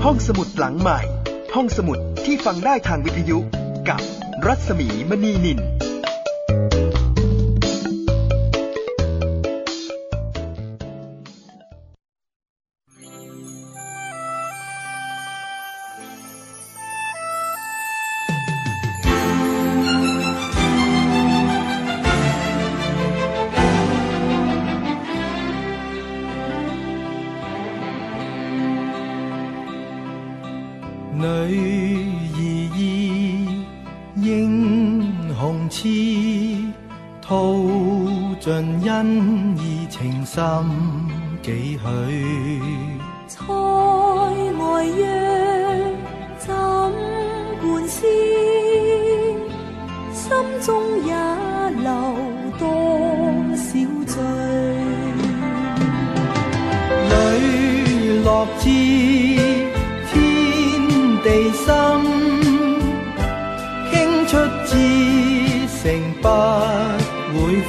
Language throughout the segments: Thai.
ห้องสมุดหลังใหม่ห้องสมุดที่ฟังได้ทางวิทยุกับรัศมีมณีนิน心幾許塞外約怎灌輸心中也留多少醉磊落知天地心傾出至誠不會悔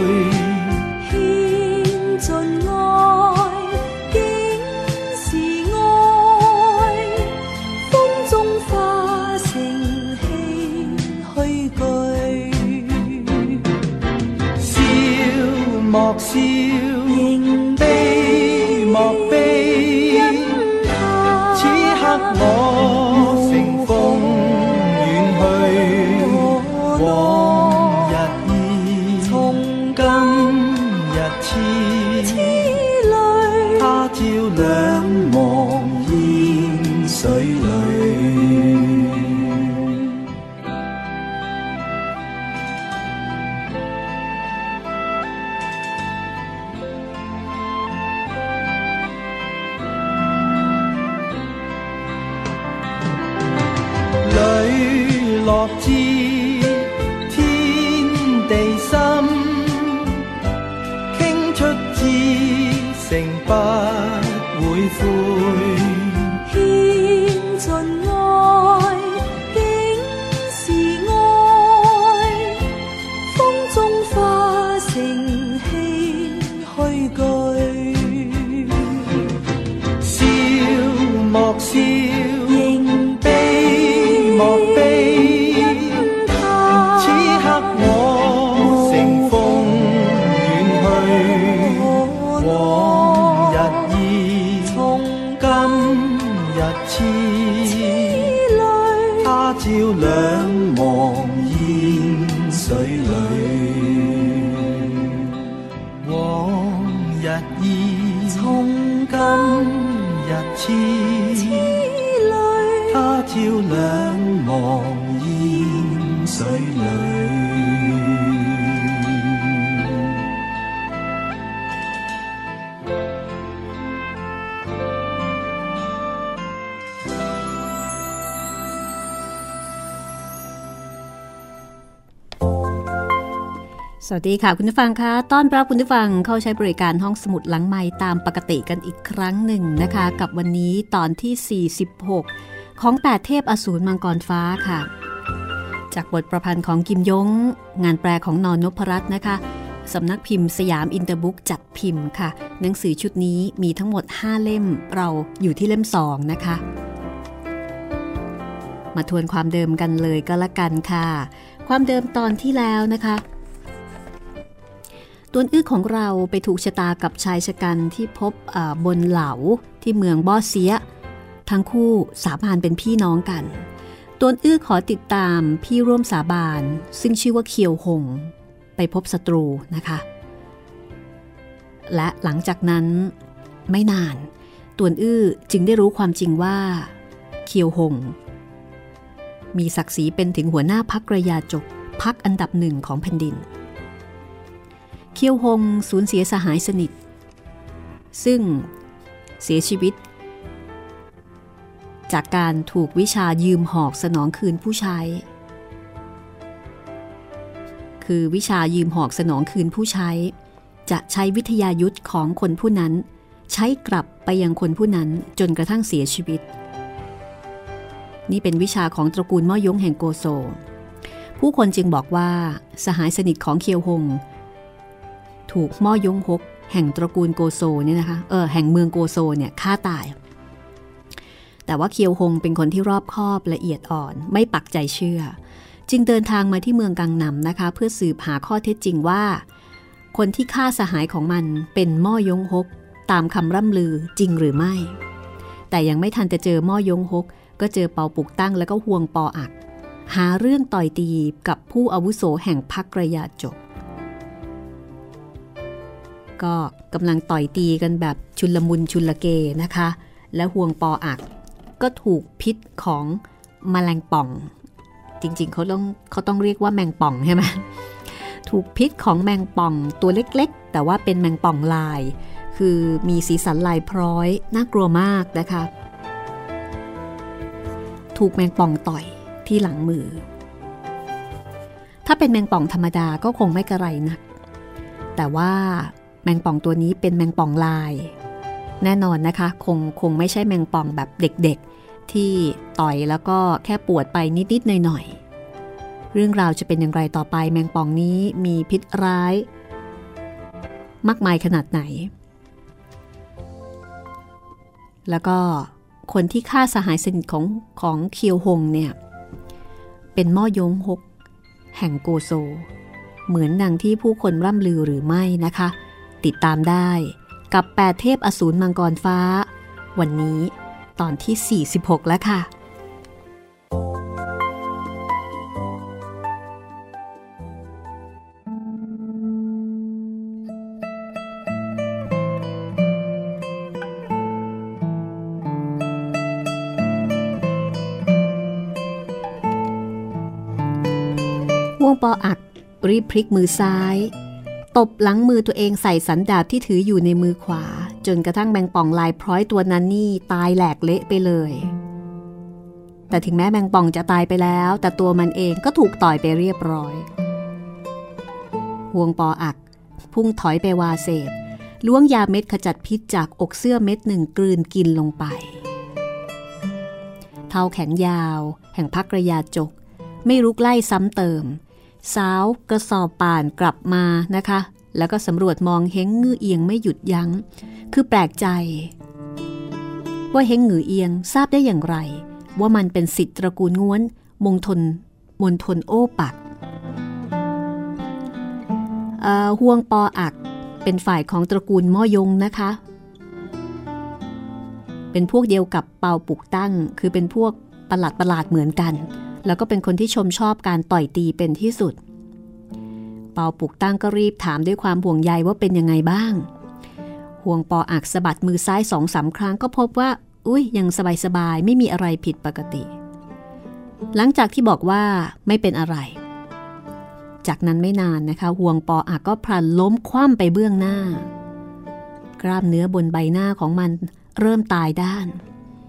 笑仍悲莫悲此刻我乘風遠去往日意從今日痴淚他朝兩忘煙水裏落知天地心傾出至誠不會悔獻盡愛竟是愛風中化成氣虛句笑莫笑兩忘煙水裏往日意從今日痴淚他朝兩忘煙水裏สวัสดีค่ะคุณผู้ฟังคะต้อนรับคุณผู้ฟังเข้าใช้บริการห้องสมุดหลังไมค์ตามปกติกันอีกครั้งหนึ่งนะคะกับวันนี้ตอนที่46ของ8เทพอสูรมังกรฟ้าค่ะจากบทประพันธ์ของกิมยงงานแปลของน.นพรัตน์นะคะสำนักพิมพ์สยามอินเตอร์บุ๊กจัดพิมพ์ค่ะหนังสือชุดนี้มีทั้งหมด5เล่มเราอยู่ที่เล่ม2นะคะมาทวนความเดิมกันเลยก็แล้วกันค่ะความเดิมตอนที่แล้วนะคะตวนอื้อของเราไปถูกชะตากับชายชะกันที่พบบนเหลาที่เมืองบ่อเสียทั้งคู่สาบานเป็นพี่น้องกันตวนอื้อขอติดตามพี่ร่วมสาบานซึ่งชื่อว่าเคียวหงไปพบศัตรูนะคะและหลังจากนั้นไม่นานตวนอื้อจึงได้รู้ความจริงว่าเคียวหงมีศักดิ์ศรีเป็นถึงหัวหน้าพรรคกระยาจกพรรคอันดับ1ของแผ่นดินเคียวหงสูญเสียสหายสนิทซึ่งเสียชีวิตจากการถูกวิชายืมหอกสนองคืนผู้ใช้คือวิชายืมหอกสนองคืนผู้ใช้จะใช้วิทยายุทธของคนผู้นั้นใช้กลับไปยังคนผู้นั้นจนกระทั่งเสียชีวิตนี่เป็นวิชาของตระกูลม่อยงแห่งโกโซผู้คนจึงบอกว่าสหายสนิทของเคียวหงถูกม่อยงฮกแห่งตระกูลโกโซเนี่ยนะคะแห่งเมืองโกโซเนี่ยฆ่าตายแต่ว่าเคียวฮงเป็นคนที่รอบคอบละเอียดอ่อนไม่ปักใจเชื่อจึงเดินทางมาที่เมืองกังนำนะคะเพื่อสืบหาข้อเท็จจริงว่าคนที่ฆ่าสหายของมันเป็นม่อยงฮกตามคำร่ำลือจริงหรือไม่แต่ยังไม่ทันจะเจอม่อยงฮกก็เจอเปาปุกตั้งแล้วก็ฮวงปออักหาเรื่องต่อยตีกับผู้อาวุโสแห่งพรรคกระยาจกก็กำลังต่อยตีกันแบบชุลมุนชุลเกนะคะและฮวงปออักก็ถูกพิษของแมลงป่องจริงๆเขาต้องเรียกว่าแมงป่องใช่ไหมถูกพิษของแมงป่องตัวเล็กๆแต่ว่าเป็นแมงป่องลายคือมีสีสันลายพร้อยน่ากลัวมากนะคะถูกแมงป่องต่อยที่หลังมือถ้าเป็นแมงป่องธรรมดาก็คงไม่กระไรนักแต่ว่าแมงป่องตัวนี้เป็นแมงป่องลายแน่นอนนะคะคงไม่ใช่แมงป่องแบบเด็กๆที่ต่อยแล้วก็แค่ปวดไปนิดๆหน่อยๆเรื่องราวจะเป็นอย่างไรต่อไปแมงป่องนี้มีพิษร้ายมากมายขนาดไหนแล้วก็คนที่ฆ่าสหายสนิทของเคียวฮงเนี่ยเป็นม่อยงฮกแห่งโกโซเหมือนดังที่ผู้คนร่ำลือหรือไม่นะคะติดตามได้กับ8เทพอสูรมังกรฟ้าวันนี้ตอนที่46แล้วค่ะฮวงปออักรีบพลิกมือซ้ายตบหลังมือตัวเองใส่สันดาบที่ถืออยู่ในมือขวาจนกระทั่งแมงป่องลายพร้อยตัวนั้นนี่ตายแหลกเละไปเลยแต่ถึงแม้แมงป่องจะตายไปแล้วแต่ตัวมันเองก็ถูกต่อยไปเรียบร้อยฮวงปออักพุ่งถอยไปวาเสพล้วงยาเม็ดขจัดพิษจากอกเสื้อเม็ดหนึ่งกลืนกินลงไปเท้าแขนยาวแห่งพรรคกระยาจกไม่รุกไล่ซ้ำเติมสาวกระสอบป่านกลับมานะคะแล้วก็สำรวจมองเฮงงือเอียงไม่หยุดยั้งคือแปลกใจว่าเฮงงือเอียงทราบได้อย่างไรว่ามันเป็นศิษย์ตระกูลง้วนมณฑลโอ้ปักฮวงปออักเป็นฝ่ายของตระกูลม่อยงนะคะเป็นพวกเดียวกับเปาปุกตั้งคือเป็นพวกประหลาดเหมือนกันแล้วก็เป็นคนที่ชมชอบการต่อยตีเป็นที่สุดเปาปุกตั้งก็รีบถามด้วยความห่วงใยว่าเป็นยังไงบ้างห่วงปออักสะบัดมือซ้าย 2-3 ครั้งก็พบว่ายังสบายไม่มีอะไรผิดปกติหลังจากที่บอกว่าไม่เป็นอะไรจากนั้นไม่นานนะคะห่วงปออักก็พลันล้มคว่ำไปเบื้องหน้ากล้ามเนื้อบนใบหน้าของมันเริ่มตายด้าน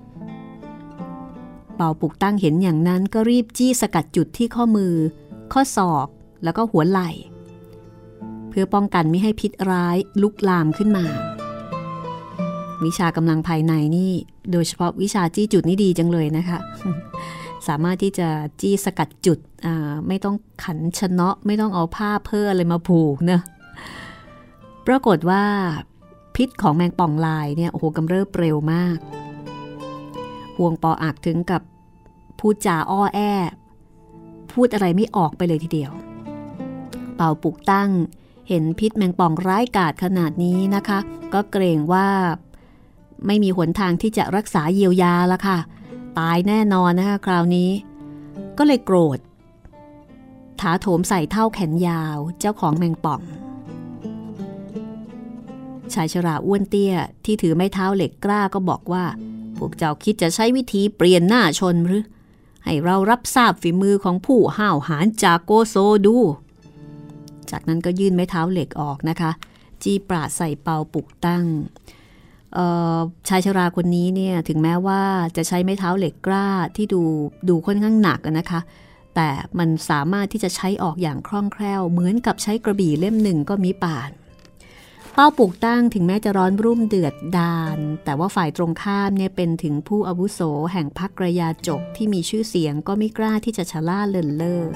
เปาปุกตั้งเห็นอย่างนั้นก็รีบจี้สกัดจุดที่ข้อมือข้อศอกแล้วก็หัวไหล่เพื่อป้องกันไม่ให้พิษร้ายลุกลามขึ้นมาวิชากำลังภายในนี่โดยเฉพาะวิชาจี้จุดนี่ดีจังเลยนะคะ สามารถที่จะจี้สกัดจุดไม่ต้องขันชะเนาะไม่ต้องเอาผ้าเพ้ออะไรมาผูกเนะปรากฏว่าพิษของแมงป่องลายเนี่ยโอ้โหกำเริบเร็วมากฮวงปออักถึงกับพูดจาอ้อแอพูดอะไรไม่ออกไปเลยทีเดียวเปาปุกตั้งเห็นพิษแมงป่องร้ายกาจขนาดนี้นะคะก็เกรงว่าไม่มีหนทางที่จะรักษาเยียวยาละค่ะตายแน่นอนนะคะคราวนี้ก็เลยโกรธถาโถมใส่เท้าแขนยาวเจ้าของแมงป่องชายชราอ้วนเตี้ยที่ถือไม้เท้าเหล็กกล้าก็บอกว่าพวกเจ้าคิดจะใช้วิธีเปลี่ยนหน้าชนหรือให้เรารับทราบฝีมือของผู้ห้าวหาญจากโกโซดูจากนั้นก็ยื่นไม้เท้าเหล็กออกนะคะจี้ปราดใส่เปาปุกตั้งชายชราคนนี้เนี่ยถึงแม้ว่าจะใช้ไม้เท้าเหล็กกล้าที่ดูค่อนข้างหนักนะคะแต่มันสามารถที่จะใช้ออกอย่างคล่องแคล่วเหมือนกับใช้กระบี่เล่มหนึ่งก็มิป่านเปาปุกตั้งถึงแม้จะร้อนรุ่มเดือดดาลแต่ว่าฝ่ายตรงข้ามเนี่ยเป็นถึงผู้อาวุโสแห่งพรรคกระยาจกที่มีชื่อเสียงก็ไม่กล้าที่จะชะล่าเลินเล่อ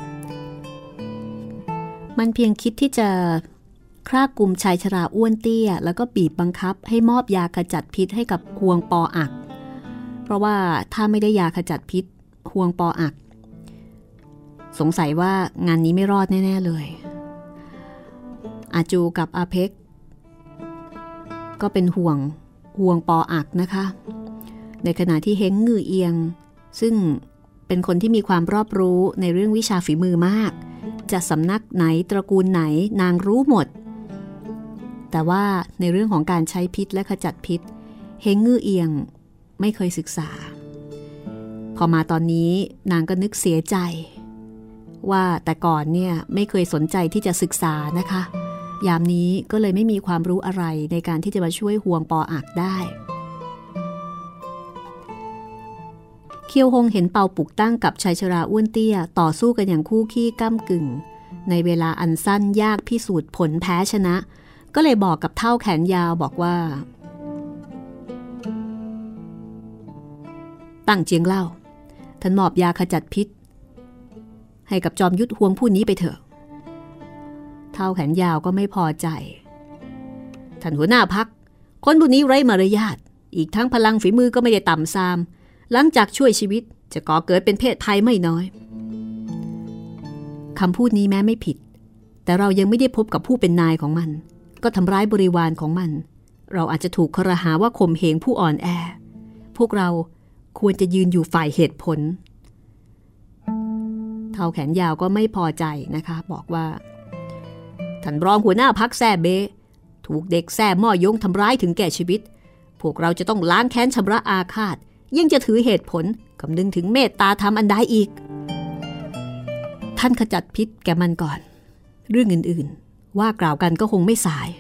มันเพียงคิดที่จะคร่ากุมชายชราอ้วนเตี้ยแล้วก็บีบบังคับให้มอบยาขจัดพิษให้กับฮวงปออักเพราะว่าถ้าไม่ได้ยาขจัดพิษห่วงปออักสงสัยว่างานนี้ไม่รอดแน่ๆเลยอาจูกับอาเพ็กก็เป็นห่วงปออักนะคะในขณะที่เฮงงือเอียงซึ่งเป็นคนที่มีความรอบรู้ในเรื่องวิชาฝีมือมากจะสำนักไหนตระกูลไหนนางรู้หมดแต่ว่าในเรื่องของการใช้พิษและขจัดพิษเฮงงือเอียงไม่เคยศึกษาพอมาตอนนี้นางก็นึกเสียใจว่าแต่ก่อนเนี่ยไม่เคยสนใจที่จะศึกษานะคะยามนี้ก็เลยไม่มีความรู้อะไรในการที่จะมาช่วยห่วงปออักได้เคียวฮงเห็นเปาปุกตั้งกับชายชราอ้วนเตี้ยต่อสู้กันอย่างคู่ขี้ก้ำกึ่งในเวลาอันสั้นยากพิสูจน์ผลแพ้ชนะก็เลยบอกกับเฒ่าแขนยาวบอกว่าตั้งเจียงเล่าท่านมอบยาขจัดพิษให้กับจอมยุทธห่วงผู้นี้ไปเถอะเฒ่าแขนยาวก็ไม่พอใจท่านหัวหน้าพรรคคนผู้นี้ไร้มารยาทอีกทั้งพลังฝีมือก็ไม่ได้ต่ำซามหลังจากช่วยชีวิตจะก่อเกิดเป็นเพศภัยไม่น้อยคำพูดนี้แม้ไม่ผิดแต่เรายังไม่ได้พบกับผู้เป็นนายของมันก็ทำร้ายบริวารของมันเราอาจจะถูกครหาว่าข่มเหงผู้อ่อนแอพวกเราควรจะยืนอยู่ฝ่ายเหตุผลเฒ่าแขนยาวก็ไม่พอใจนะคะบอกว่าท่านรองหัวหน้าพรรคแซ่เบ้ถูกเด็กแซ่หม้อยงทำร้ายถึงแก่ชีวิตพวกเราจะต้องล้างแค้นชำระอาฆาตยังจะถือเหตุผลคำนึงถึงเมตตาธรรมอันใดอีกท่านขจัดพิษแก่มันก่อนเรื่องอื่นๆว่ากล่าวกันก็คงไม่สาย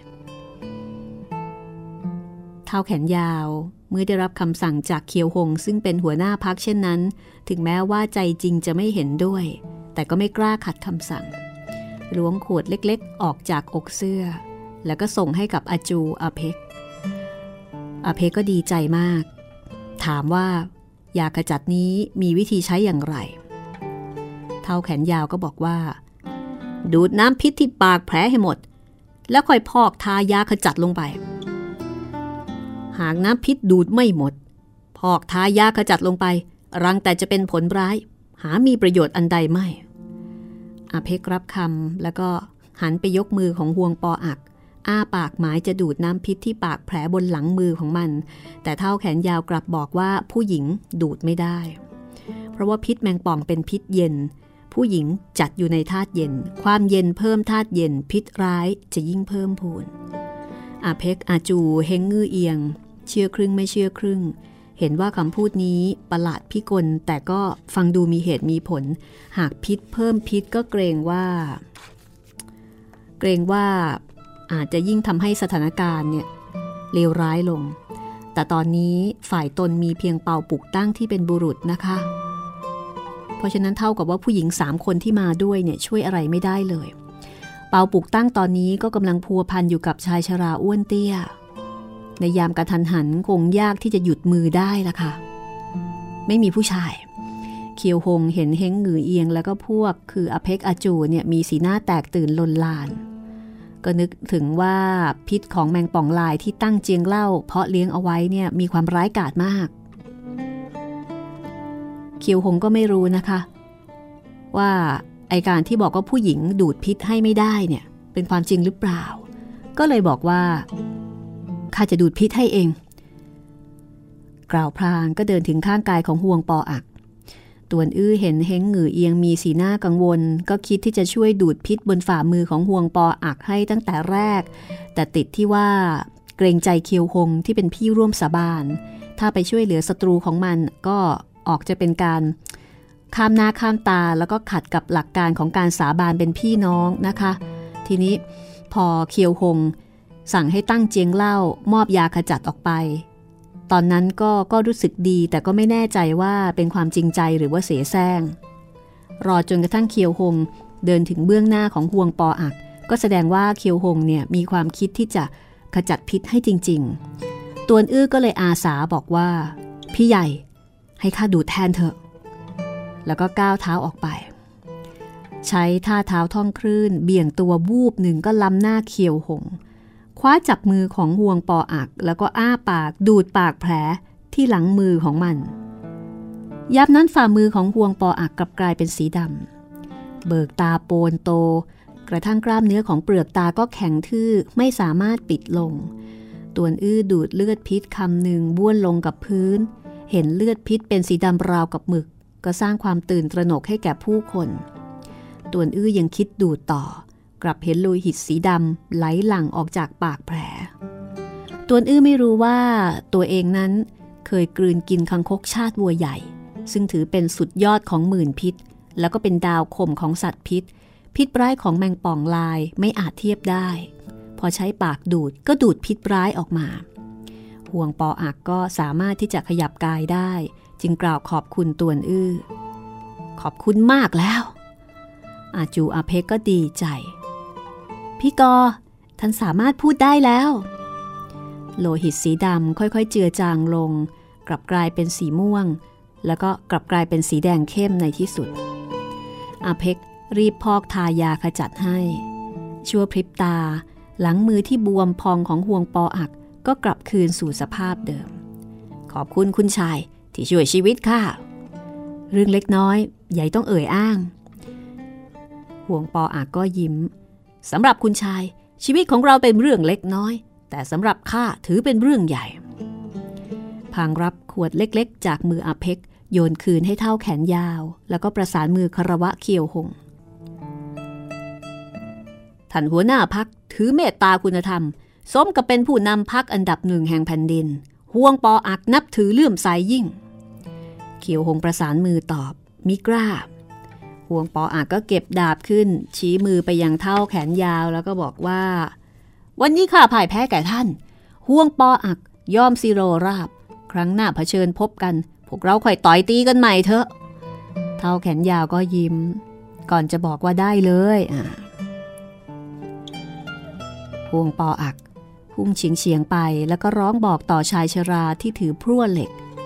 เท้าแขนยาวเมื่อได้รับคำสั่งจากเคียวหงซึ่งเป็นหัวหน้าพรรคเช่นนั้นถึงแม้ว่าใจจริงจะไม่เห็นด้วยแต่ก็ไม่กล้าขัดคำสั่งล้วงขวดเล็กๆออกจากอกเสื้อแล้วก็ส่งให้กับอาจูอาเพ็กก็ดีใจมากถามว่ายาขจัดนี้มีวิธีใช้อย่างไรเฒ่าแขนยาวก็บอกว่าดูดน้ำพิษที่ปากแผลให้หมดแล้วค่อยพอกทายาขจัดลงไปหากน้ำพิษดูดไม่หมดพอกทายาขจัดลงไปรังแต่จะเป็นผลร้ายหามีประโยชน์อันใดไม่อาเพ็กรับคำแล้วก็หันไปยกมือของห่วงปออักอ้าปากหมายจะดูดน้ำพิษที่ปากแผลบนหลังมือของมันแต่เฒ่าแขนยาวกลับบอกว่าผู้หญิงดูดไม่ได้เพราะว่าพิษแมงป่องเป็นพิษเย็นผู้หญิงจัดอยู่ในธาตุเย็นความเย็นเพิ่มธาตุเย็นพิษร้ายจะยิ่งเพิ่มพูนอาเพ็กอาจูเฮงงือเอียงเชื่อครึ่งไม่เชื่อครึ่งเห็นว่าคำพูดนี้ประหลาดพิกลแต่ก็ฟังดูมีเหตุมีผลหากพิษเพิ่มพิษก็เกรงว่าอาจจะยิ่งทำให้สถานการณ์เนี่ยเลวร้ายลงแต่ตอนนี้ฝ่ายตนมีเพียงเปาปุกตั้งที่เป็นบุรุษนะคะเพราะฉะนั้นเท่ากับว่าผู้หญิง3คนที่มาด้วยเนี่ยช่วยอะไรไม่ได้เลยเปาปุกตั้งตอนนี้ก็กำลังพัวพันอยู่กับชายชราอ้วนเตี้ยในยามกระทันหันคงยากที่จะหยุดมือได้ละค่ะไม่มีผู้ชายเคียวหงเห็นเฮงหงือเอียงแล้วก็พวกคืออาเพ็กอาจูเนี่ยมีสีหน้าแตกตื่นลนลานก็นึกถึงว่าพิษของแมงป่องลายที่ตั้งเจียงเล่าเพาะเลี้ยงเอาไว้เนี่ยมีความร้ายกาจมากเคียวหงก็ไม่รู้นะคะว่าไอการที่บอกว่าผู้หญิงดูดพิษให้ไม่ได้เนี่ยเป็นความจริงหรือเปล่าก็เลยบอกว่าข้าจะดูดพิษให้เองกล่าวพลางก็เดินถึงข้างกายของห่วงปออักตวนอื้อเห็นเฮงหงือเอียงมีสีหน้ากังวลก็คิดที่จะช่วยดูดพิษบนฝ่ามือของห่วงปออักให้ตั้งแต่แรกแต่ติดที่ว่าเกรงใจเคียวหงที่เป็นพี่ร่วมสาบานถ้าไปช่วยเหลือศัตรูของมันก็ออกจะเป็นการข้ามหน้าข้ามตาแล้วก็ขัดกับหลักการของการสาบานเป็นพี่น้องนะคะทีนี้พอเคียวหงสั่งให้ตั้งเจียงเล่ามอบยาขจัดออกไปตอนนั้นก็รู้สึกดีแต่ก็ไม่แน่ใจว่าเป็นความจริงใจหรือว่าเสแสร้งรอจนกระทั่งเคียวหงเดินถึงเบื้องหน้าของห่วงปออักก็แสดงว่าเคียวหงเนี่ยมีความคิดที่จะขจัดพิษให้จริงๆตวนอื้อก็เลยอาสาบอกว่าพี่ใหญ่ให้ข้าดูดแทนเถอะแล้วก็ก้าวเท้าออกไปใช้ท่าเท้าท่องคลื่นเบี่ยงตัววูบหนึ่งก็ล้ำหน้าเคียวหงคว้าจับมือของห่วงปออักแล้วก็อ้าปากดูดปากแผลที่หลังมือของมันยับนั้นฝ่ามือของฮวงปออักกลับกลายเป็นสีดำเบิกตาโปนโตกระทั่งกล้ามเนื้อของเปลือกตาก็แข็งทื่อไม่สามารถปิดลงตวนอื้อดูดเลือดพิษคำหนึ่งบ้วนลงกับพื้นเห็นเลือดพิษเป็นสีดำราวกับหมึกก็สร้างความตื่นตระหนกให้แก่ผู้คนตวนอื้อยังคิดดูดต่อกลับเห็นโลหิตสีดำไหลหลั่งออกจากปากแผลตวนอื้อไม่รู้ว่าตัวเองนั้นเคยกลืนกินคังคกชาติวัวใหญ่ซึ่งถือเป็นสุดยอดของหมื่นพิษแล้วก็เป็นดาวข่มของสัตว์พิษร้ายของแมงป่องลายไม่อาจเทียบได้พอใช้ปากดูดก็ดูดพิษร้ายออกมาห่วงปออักก็สามารถที่จะขยับกายได้จึงกล่าวขอบคุณตวนอื้อขอบคุณมากแล้วอาจูอาเพกก็ดีใจพี่กอท่านสามารถพูดได้แล้วโลหิตสีดำค่อยๆเจือจางลงกลับกลายเป็นสีม่วงแล้วก็กลับกลายเป็นสีแดงเข้มในที่สุดอาเพกรีบพอกทายาขจัดให้ชั่วพริบตาหลังมือที่บวมพองของห่วงปออักก็กลับคืนสู่สภาพเดิมขอบคุณคุณชายที่ช่วยชีวิตข้าเรื่องเล็กน้อยใหญ่ต้องเอ่ยอ้างห่วงปออักก็ยิ้มสำหรับคุณชายชีวิตของเราเป็นเรื่องเล็กน้อยแต่สำหรับข้าถือเป็นเรื่องใหญ่พางรับขวดเล็กๆจากมืออาเพกโยนคืนให้เท่าแขนยาวแล้วก็ประสานมือคารวะเคียวหงท่านหัวหน้าพรรคถือเมตตาคุณธรรมสมกับเป็นผู้นำพรรคอันดับหนึ่งแห่งแผ่นดินห่วงปออักนับถือเลื่อมใสยิ่งเคียวหงประสานมือตอบมิกล้าห่วงปออักก็เก็บดาบขึ้นชี้มือไปยังเท่าแขนยาวแล้วก็บอกว่าวันนี้ข้าพ่ายแพ้แก่ท่านห่วงปออักยอมซิโรราบครั้งหน้าเผชิญพบกันพวกเราค่อยต่อยตีกันใหม่เถอะเท่าแขนยาวก็ยิ้มก่อนจะบอกว่าได้เลยห่วงปออักพุ่งเฉียงไปแล้วก็ร้องบอกต่อชายชราที่ถือพลั่วเหล็ก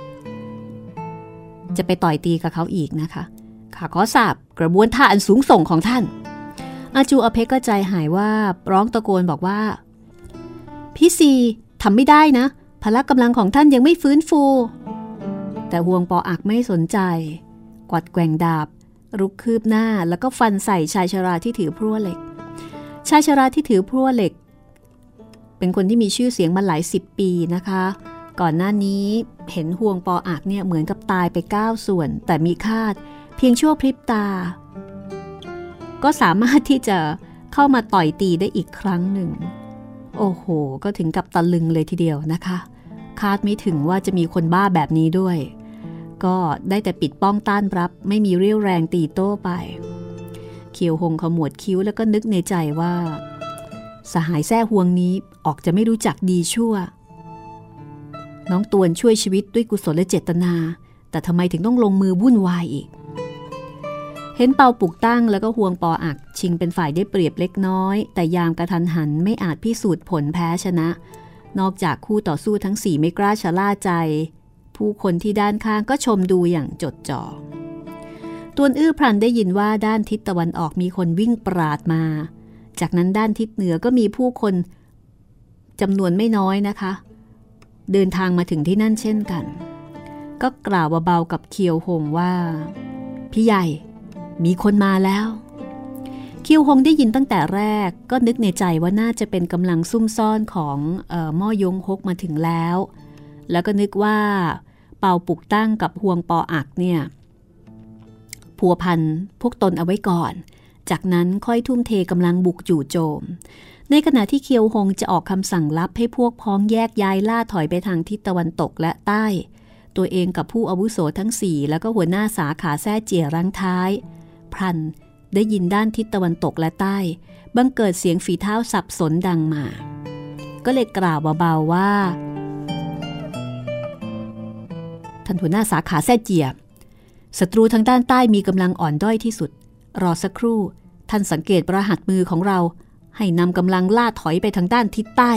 จะไปต่อยตีกับเขาอีกนะคะข้าขอทราบกระบวนท่าอันสูงส่งของท่านอาจูอาเพกก็ใจหายว่าร้องตะโกนบอกว่าพี่ซีทำไม่ได้นะพละกำลังของท่านยังไม่ฟื้นฟูแต่ห่วงปออักไม่สนใจกวัดแกว่งดาบรุกคืบหน้าแล้วก็ฟันใส่ชายชราที่ถือพลั่วเหล็กชายชราที่ถือพลั่วเหล็กเป็นคนที่มีชื่อเสียงมาหลาย10 ปีนะคะก่อนหน้านี้เห็นห่วงปออักเนี่ยเหมือนกับตายไป9 ส่วนแต่มีคาดเพียงชั่วพริบตาก็สามารถที่จะเข้ามาต่อยตีได้อีกครั้งหนึ่งโอ้โหก็ถึงกับตะลึงเลยทีเดียวนะคะคาดไม่ถึงว่าจะมีคนบ้าแบบนี้ด้วยก็ได้แต่ปิดป้องต้านรับไม่มีเรี่ยวแรงตีโต้ไปเคียวหงขมวดคิ้วแล้วก็นึกในใจว่าสหายแซ่ห่วงนี้ออกจะไม่รู้จักดีชั่วน้องตวนช่วยชีวิตด้วยกุศลและเจตนาแต่ทำไมถึงต้องลงมือวุ่นวายอีกเห็นเปาปุกตั้งแล้วก็ห่วงปออักชิงเป็นฝ่ายได้เปรียบเล็กน้อยแต่ยามกระทันหันไม่อาจพิสูจน์ผลแพ้ชนะนอกจากคู่ต่อสู้ทั้ง4ไม่กล้าชะล่าใจผู้คนที่ด้านข้างก็ชมดูอย่างจดจ่อตวนอื้อพลันได้ยินว่าด้านทิศตะวันออกมีคนวิ่งปราดมาจากนั้นด้านทิศเหนือก็มีผู้คนจำนวนไม่น้อยนะคะเดินทางมาถึงที่นั่นเช่นกันก็กล่าวเบาๆกับเคียวหงว่าพี่ใหญ่มีคนมาแล้วเคียวหงได้ยินตั้งแต่แรกก็นึกในใจว่าน่าจะเป็นกำลังซุ่มซ่อนของม่อยงฮกมาถึงแล้วก็นึกว่าเป่าปุกตั้งกับห่วงปออักเนี่ยพัวพันพวกตนเอาไว้ก่อนจากนั้นค่อยทุ่มเทกำลังบุกจู่โจมในขณะที่เคียวหงจะออกคำสั่งลับให้พวกพ้องแยกย้ายล่าถอยไปทางทิศตะวันตกและใต้ตัวเองกับผู้อาวุโสทั้ง4แล้วก็หัวหน้าสาขาแท้เจี๋ยรั้งท้ายพลันได้ยินด้านทิศตะวันตกและใต้บังเกิดเสียงฝีเท้าสับสนดังมาก็เลยกล่าวเบาๆว่าท่านหัวหน้าสาขาแท้เจี๋ยศัตรูทางด้านใต้มีกำลังอ่อนด้อยที่สุดรอสักครู่ท่านสังเกตประหัตมือของเราให้นำกำลังล่าถอยไปทางด้านทิศใต้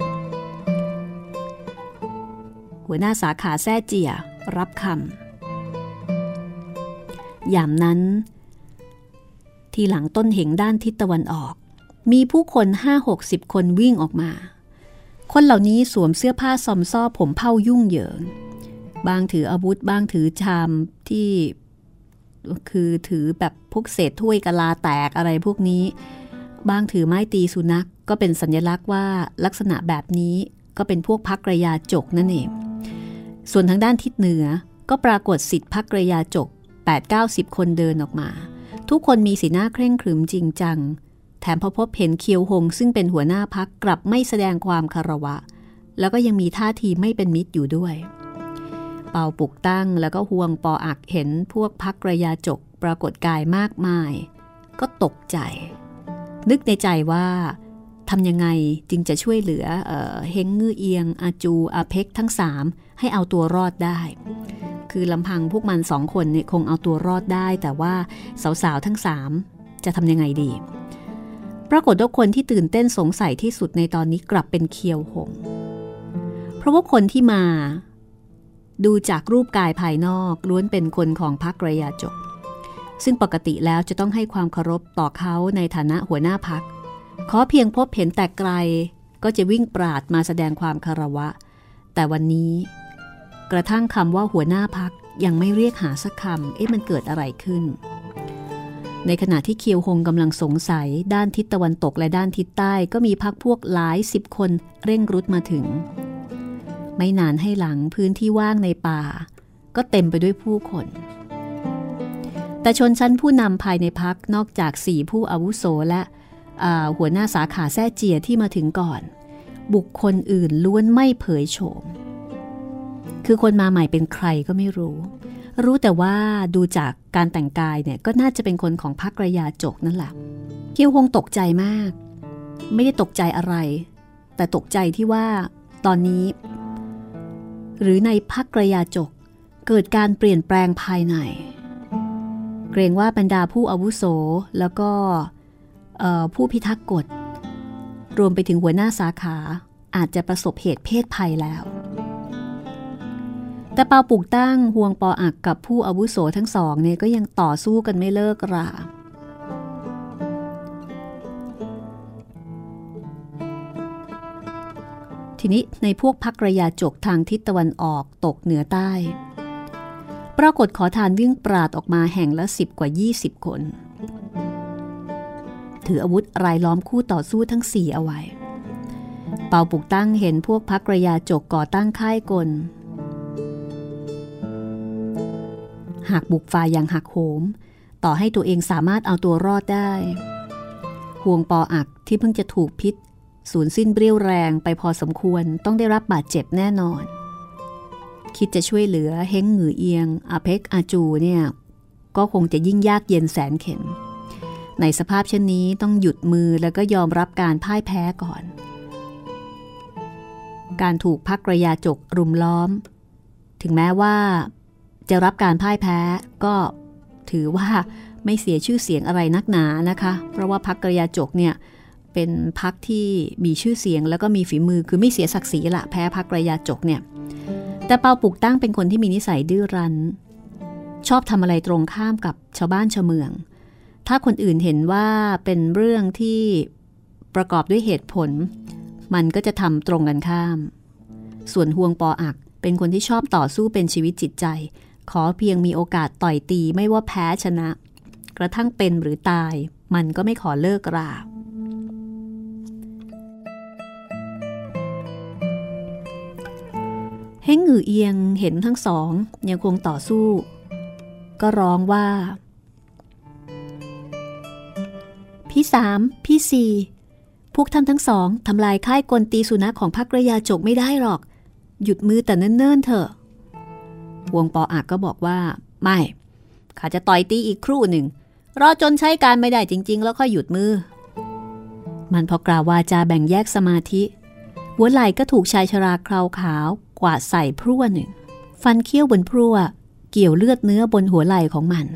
หัวหน้าสาขาแท้เจี๋ยรับคำยามนั้นที่หลังต้นเหงด้านทิศตะวันออกมีผู้คน 5-60 คนวิ่งออกมาคนเหล่านี้สวมเสื้อผ้าซอมซ้อผมเผ้ายุ่งเหยิงบางถืออาวุธบ้างถือชามที่คือถือแบบพวกเศษถ้วยกะลาแตกอะไรพวกนี้บางถือไม้ตีสุนัข ก็เป็นสัญลักษณ์ว่าลักษณะแบบนี้ก็เป็นพวกพรรคกระยาจกนั่นเองส่วนทางด้านทิศเหนือก็ปรากฏศิษย์พรรคกระยาจก 8-90 คนเดินออกมาทุกคนมีสีหน้าเคร่งขรึมจริงจังแถมพอพบเห็นเคียวหงซึ่งเป็นหัวหน้าพรรคกลับไม่แสดงความคารวะแล้วก็ยังมีท่าทีไม่เป็นมิตรอยู่ด้วยเป่าปุกตั้งแล้วก็ฮวงปออักเห็นพวกพรรคกระยาจกปรากฏกายมากมายก็ตกใจนึกในใจว่าทำยังไงจึงจะช่วยเหลือเฮงงื้อเอียงอาจูอาเพ็กทั้ง3ให้เอาตัวรอดได้คือลำพังพวกมัน2คนเนี่ยคงเอาตัวรอดได้แต่ว่าสาวๆทั้ง3จะทำยังไงดีปรากฏว่าคนที่ตื่นเต้นสงสัยที่สุดในตอนนี้กลับเป็นเคียวหงเพราะว่าคนที่มาดูจากรูปกายภายนอกล้วนเป็นคนของพรรคกระยาจกซึ่งปกติแล้วจะต้องให้ความเคารพต่อเขาในฐานะหัวหน้าพรรคขอเพียงพบเห็นแต่ไกลก็จะวิ่งปราดมาแสดงความคารวะแต่วันนี้กระทั่งคำว่าหัวหน้าพรรคยังไม่เรียกหาสักคำมันเกิดอะไรขึ้นในขณะที่เคียวหงกำลังสงสัยด้านทิศตะวันตกและด้านทิศใต้ก็มีพรรคพวกหลาย10 คนเร่งรุดมาถึงไม่นานให้หลังพื้นที่ว่างในป่าก็เต็มไปด้วยผู้คนแต่ชนชั้นผู้นำภายในพรรคนอกจาก4ผู้อาวุโสและหัวหน้าสาขาแซ่เจียที่มาถึงก่อนบุคคลอื่นล้วนไม่เผยโฉมคือคนมาใหม่เป็นใครก็ไม่รู้แต่ว่าดูจากการแต่งกายเนี่ยก็น่าจะเป็นคนของพรรคกระยาจกนั่นแหละเคียวหงตกใจมากไม่ได้ตกใจอะไรแต่ตกใจที่ว่าตอนนี้หรือในพรรคกระยาจกเกิดการเปลี่ยนแปลงภายในเกรงว่าบรรดาผู้อาวุโสแล้วก็ผู้พิทักษ์กฎรวมไปถึงหัวหน้าสาขาอาจจะประสบเหตุเพศภัยแล้วแต่เปาปุกตั้งฮวงปออักกับผู้อาวุโสทั้งสองเนี่ยก็ยังต่อสู้กันไม่เลิกราทีนี้ในพวกพรรคกระยาจกทางทิศตะวันออกตกเหนือใต้ปรากฏขอทานวิ่งปราดออกมาแห่งละ10 กว่า 20 คนถืออาวุธรายล้อมคู่ต่อสู้ทั้ง4เอาไว้เปาปุกตั้งเห็นพวกพรรคกระยาจกก่อตั้งค่ายกลหากบุกฝ่าอย่างหักโหมต่อให้ตัวเองสามารถเอาตัวรอดได้ห่วงปออักที่เพิ่งจะถูกพิษสูญสิ้นเรี่ยวแรงไปพอสมควรต้องได้รับบาดเจ็บแน่นอนคิดจะช่วยเหลือเฮงหงือเอียงอาเพ็กอาจูเนี่ยก็คงจะยิ่งยากเย็นแสนเข็ญในสภาพเช่นนี้ต้องหยุดมือแล้วก็ยอมรับการพ่ายแพ้ก่อนการถูกพรรคกระยาจกรุมล้อมถึงแม้ว่าจะรับการพ่ายแพ้ก็ถือว่าไม่เสียชื่อเสียงอะไรนักหนานะคะเพราะว่าพรรคกระยาจกเนี่ยเป็นพรรคที่มีชื่อเสียงแล้วก็มีฝีมือคือไม่เสียศักดิ์ศรีละแพ้พรรคกระยาจกเนี่ยแต่เปาปุกตั้งเป็นคนที่มีนิสัยดื้อรั้นชอบทำอะไรตรงข้ามกับชาวบ้านชาวเมืองถ้าคนอื่นเห็นว่าเป็นเรื่องที่ประกอบด้วยเหตุผลมันก็จะทำตรงกันข้ามส่วนฮวงปออักเป็นคนที่ชอบต่อสู้เป็นชีวิตจิตใจขอเพียงมีโอกาสต่อยตีไม่ว่าแพ้ชนะกระทั่งเป็นหรือตายมันก็ไม่ขอเลิกราเฮงหงือเอียงเห็นทั้งสองยังคงต่อสู้ก็ร้องว่าพี่3พี่4พวกท่านทั้งสองทำลายค่ายกลตีสุนัขของพรรคกระยาจกไม่ได้หรอกหยุดมือแต่เนิ่นๆเถอะวงปออักก็บอกว่าไม่ข้าจะต่อยตีอีกครู่หนึ่งรอจนใช้การไม่ได้จริงๆแล้วค่อยหยุดมือมันพอกล่าววาจาแบ่งแยกสมาธิหัวไหล่ก็ถูกชายชราคราวขาวกวาดใส่พรั่วหนึ่งฟันเขี้ยวบนพรั่วเกี่ยวเลือดเนื้อบนหัวไหล่ของมัน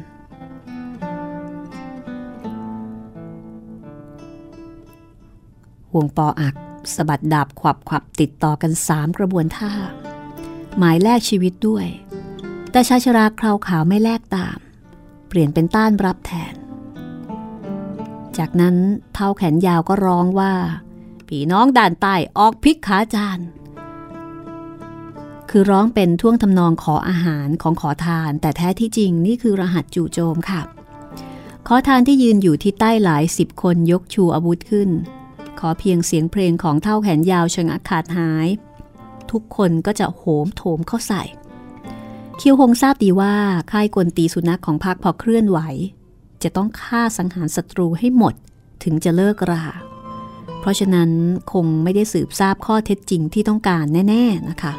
ห่วงปออักสะบัดดาบขวับติดต่อกัน3กระบวนท่าหมายแลกชีวิตด้วยแต่ชายชราคราวขาวไม่แลกตามเปลี่ยนเป็นต้านรับแทนจากนั้นเท้าแขนยาวก็ร้องว่าพี่น้องด่านใต้ออกพลิกขาจานคือร้องเป็นท่วงทำนองขออาหารของขอทานแต่แท้ที่จริงนี่คือรหัสจู่โจมค่ะขอทานที่ยืนอยู่ที่ใต้หลาย10 คนยกชูอาวุธขึ้นขอเพียงเสียงเพลงของเท่าแขนยาวชะงักขาดหายทุกคนก็จะโหมโถมเข้าใส่เคียวหงทราบดีว่าค่ายกลตีสุนัขของพรรคพอเคลื่อนไหวจะต้องฆ่าสังหารศัตรูให้หมดถึงจะเลิกราเพราะฉะนั้นคงไม่ได้สืบทราบข้อเท็จจริงที่ต้องการแน่ๆนะคะ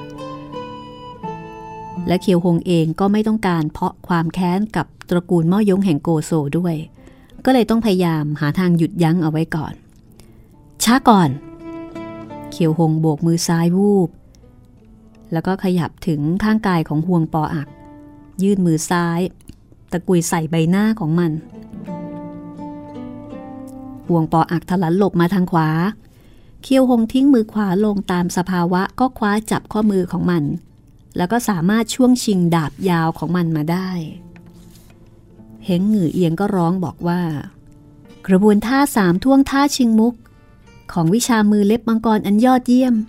และเคียวหงเองก็ไม่ต้องการเพราะความแค้นกับตระกูลม่อยงแห่งโกโซด้วยก็เลยต้องพยายามหาทางหยุดยั้งเอาไว้ก่อนช้าก่อนเคียวหงโบกมือซ้ายวูบแล้วก็ขยับถึงข้างกายของฮวงปออักยื่นมือซ้ายตะกุยใส่ใบหน้าของมันฮวงปออักถลันหลบมาทางขวาเคียวหงทิ้งมือขวาลงตามสภาวะก็คว้าจับข้อมือของมันแล้วก็สามารถช่วงชิงดาบยาวของมันมาได้เฮงหงือเอียงก็ร้องบอกว่ากระบวนท่า3ท่วงท่าชิงมุกของวิชามือเล็บมังกรอันยอดเยี่ยม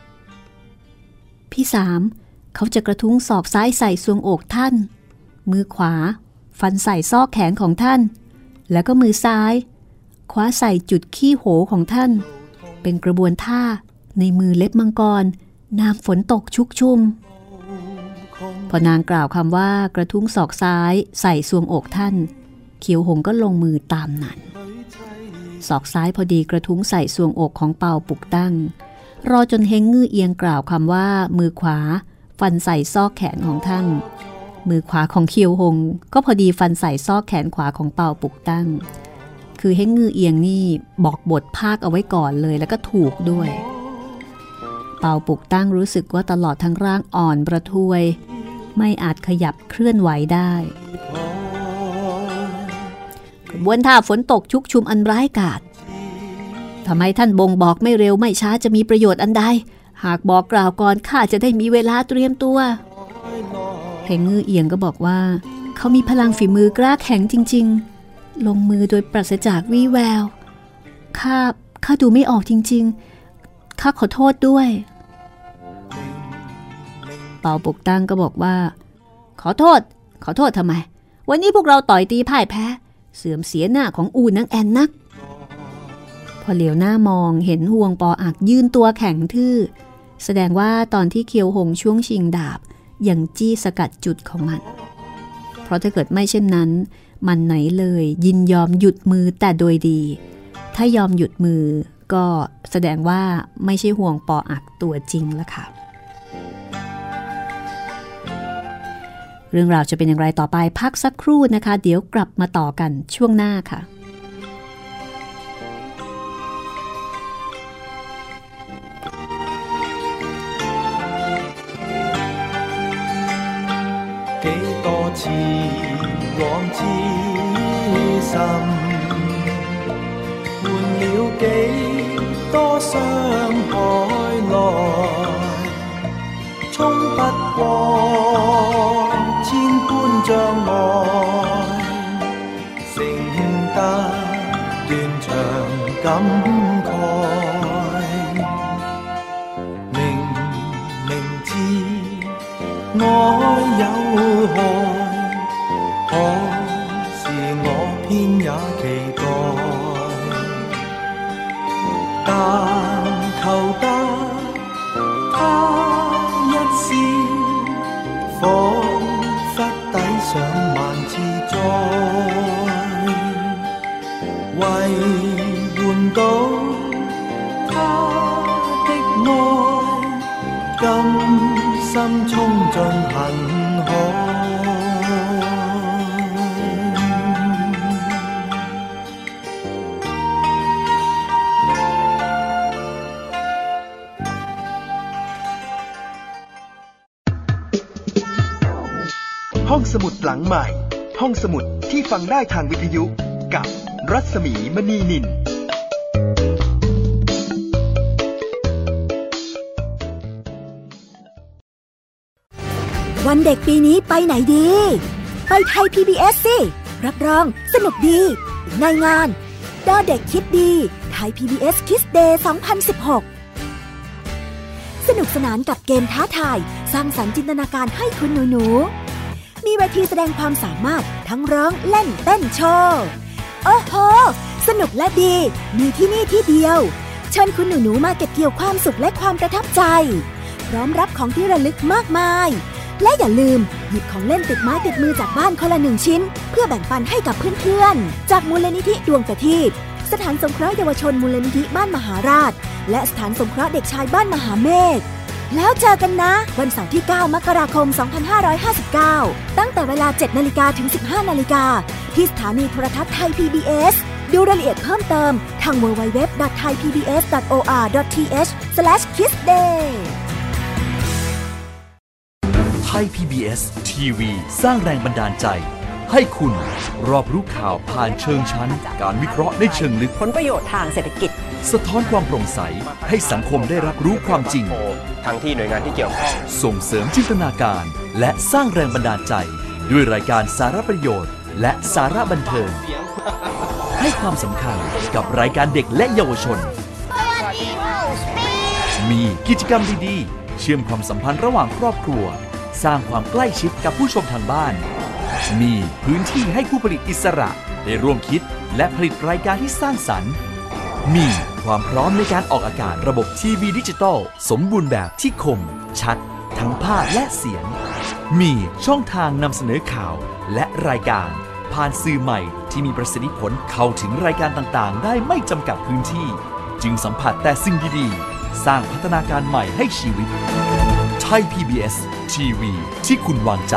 พี่3เขาจะกระทุ้งศอกซ้ายใส่ทรวงอกท่านมือขวาฟันใส่ซอกแขนของท่านแล้วก็มือซ้ายคว้าใส่จุดขี้โหของท่านเป็นกระบวนท่าในมือเล็บมังกรน้ำฝนตกชุกชุ่มพอนางกล่าวคำว่ากระทุ้งศอกซ้ายใส่ทรวงอกท่านเขียวหงก็ลงมือตามนั้นศอกซ้ายพอดีกระทุ้งใส่ทรวงอกของเปาปุกตั้งรอจนเฮงงื้อเอียงกล่าวคำว่ามือขวาฟันใส่ซอกแขนของท่านมือขวาของเคียวหงก็พอดีฟันใส่ซอกแขนขวาของเปาปุกตั้งคือเฮงงื้อเอียงนี่บอกบทภาคเอาไว้ก่อนเลยแล้วก็ถูกด้วยเปาปุกตั้งรู้สึกว่าตลอดทั้งร่างอ่อนประทวยไม่อาจขยับเคลื่อนไหวได้กระบวนท่าฝนตกชุกชุมอันร้ายกาจทำไมท่านบ่งบอกไม่เร็วไม่ช้าจะมีประโยชน์อันใดหากบอกกล่าวก่อนข้าจะได้มีเวลาเตรียมตัวเฮงงื้อเอียงก็บอกว่าเขามีพลังฝีมือกล้าแข็งจริงๆลงมือโดยปราศจากวี่แววข้าดูไม่ออกจริงๆข้าขอโทษด้วยเปาปุกตั้งก็บอกว่าขอโทษทำไมวันนี้พวกเราต่อยตีพ่ายแพ้เสื่อมเสียหน้าของอูนางแอนนักพอเหลียวหน้ามองเห็นฮวงปออักยืนตัวแข็งทื่อแสดงว่าตอนที่เคียวหงช่วงชิงดาบยังจี้สกัดจุดของมันเพราะถ้าเกิดไม่เช่นนั้นมันไหนเลยยินยอมหยุดมือแต่โดยดีถ้ายอมหยุดมือก็แสดงว่าไม่ใช่ฮวงปออักตัวจริงแล้วค่ะเรื่องราวจะเป็นอย่างไรต่อไปพักสักครู่นะคะเดี๋ยวกลับมาต่อกันช่วงหน้าค่ะ幾多次往之心，換了幾多傷害來，衝不過千般障礙，剩得斷腸感慨。明知愛有害，可是我偏也期待，但求得他一笑，彷彿抵上萬次災，為換到他的愛，甘心衝進恨海。 ห้องสมุดหลังใหม่ห้องสมุดที่ฟังได้ทางวิทยุกับรัศมีมณีนินวันเด็กปีนี้ไปไหนดีไปไทย PBS สิรับรองสนุกดีในงานดอเด็กคิดดีไทย PBS Kids Day 2016 สนุกสนานกับเกมท้าทายสร้างสรรค์จินตนาการให้คุณหนูๆมีเวทีแสดงความสามารถทั้งร้องเล่นเต้นโชว์โอ้โหสนุกและดีมีที่นี่ที่เดียวเชิญคุณหนูๆมาเก็บเกี่ยวความสุขและความประทับใจพร้อมรับของที่ระลึกมากมายและอย่าลืมหยิบของเล่นติดไม้ติดมือจากบ้านคนละ1ชิ้นเพื่อแบ่งปันให้กับเพื่อนๆจากมูลนิธิดวงประทีปสถานสงเคราะห์เยาวชนมูลนิธิบ้านมหาราชและสถานสงเคราะห์เด็กชายบ้านมหาเมฆแล้วเจอกันนะวันเสาร์ที่9 มกราคม 2559ตั้งแต่เวลา 7 นาฬิกาถึง 15 นาฬิกาที่สถานีโทรทัศน์ไทย PBS ดูรายละเอียดเพิ่มเติมทาง www.thaipbs.or.th/kidsday ไทย PBS ทีวีสร้างแรงบันดาลใจให้คุณรอบรู้ข่าวผ่านเชิงชั้นการวิเคราะห์ในเชิงลึกผลประโยชน์ทางเศรษฐกิจสะท้อนความโปร่งใสให้สังคมได้รับรู้ความจริงทั้งที่หน่วยงานที่เกี่ยวข้องส่งเสริมจินตนาการและสร้างแรงบันดาลใจด้วยรายการสาระประโยชน์และสาระบันเทิงให้ความสำคัญกับรายการเด็กและเยาวชนมีกิจกรรมดีๆเชื่อมความสัมพันธ์ระหว่างครอบครัวสร้างความใกล้ชิดกับผู้ชมทางบ้านมีพื้นที่ให้ผู้ผลิตอิสระได้ร่วมคิดและผลิตรายการที่สร้างสรรค์มีความพร้อมในการออกอากาศระบบทีวีดิจิตอลสมบูรณ์แบบที่คมชัดทั้งภาพและเสียงมีช่องทางนำเสนอข่าวและรายการผ่านสื่อใหม่ที่มีประสิทธิผลเข้าถึงรายการต่างๆได้ไม่จำกัดพื้นที่จึงสัมผัสแต่สิ่งดีๆสร้างพัฒนาการใหม่ให้ชีวิตไทย PBS ทีวีที่คุณวางใจ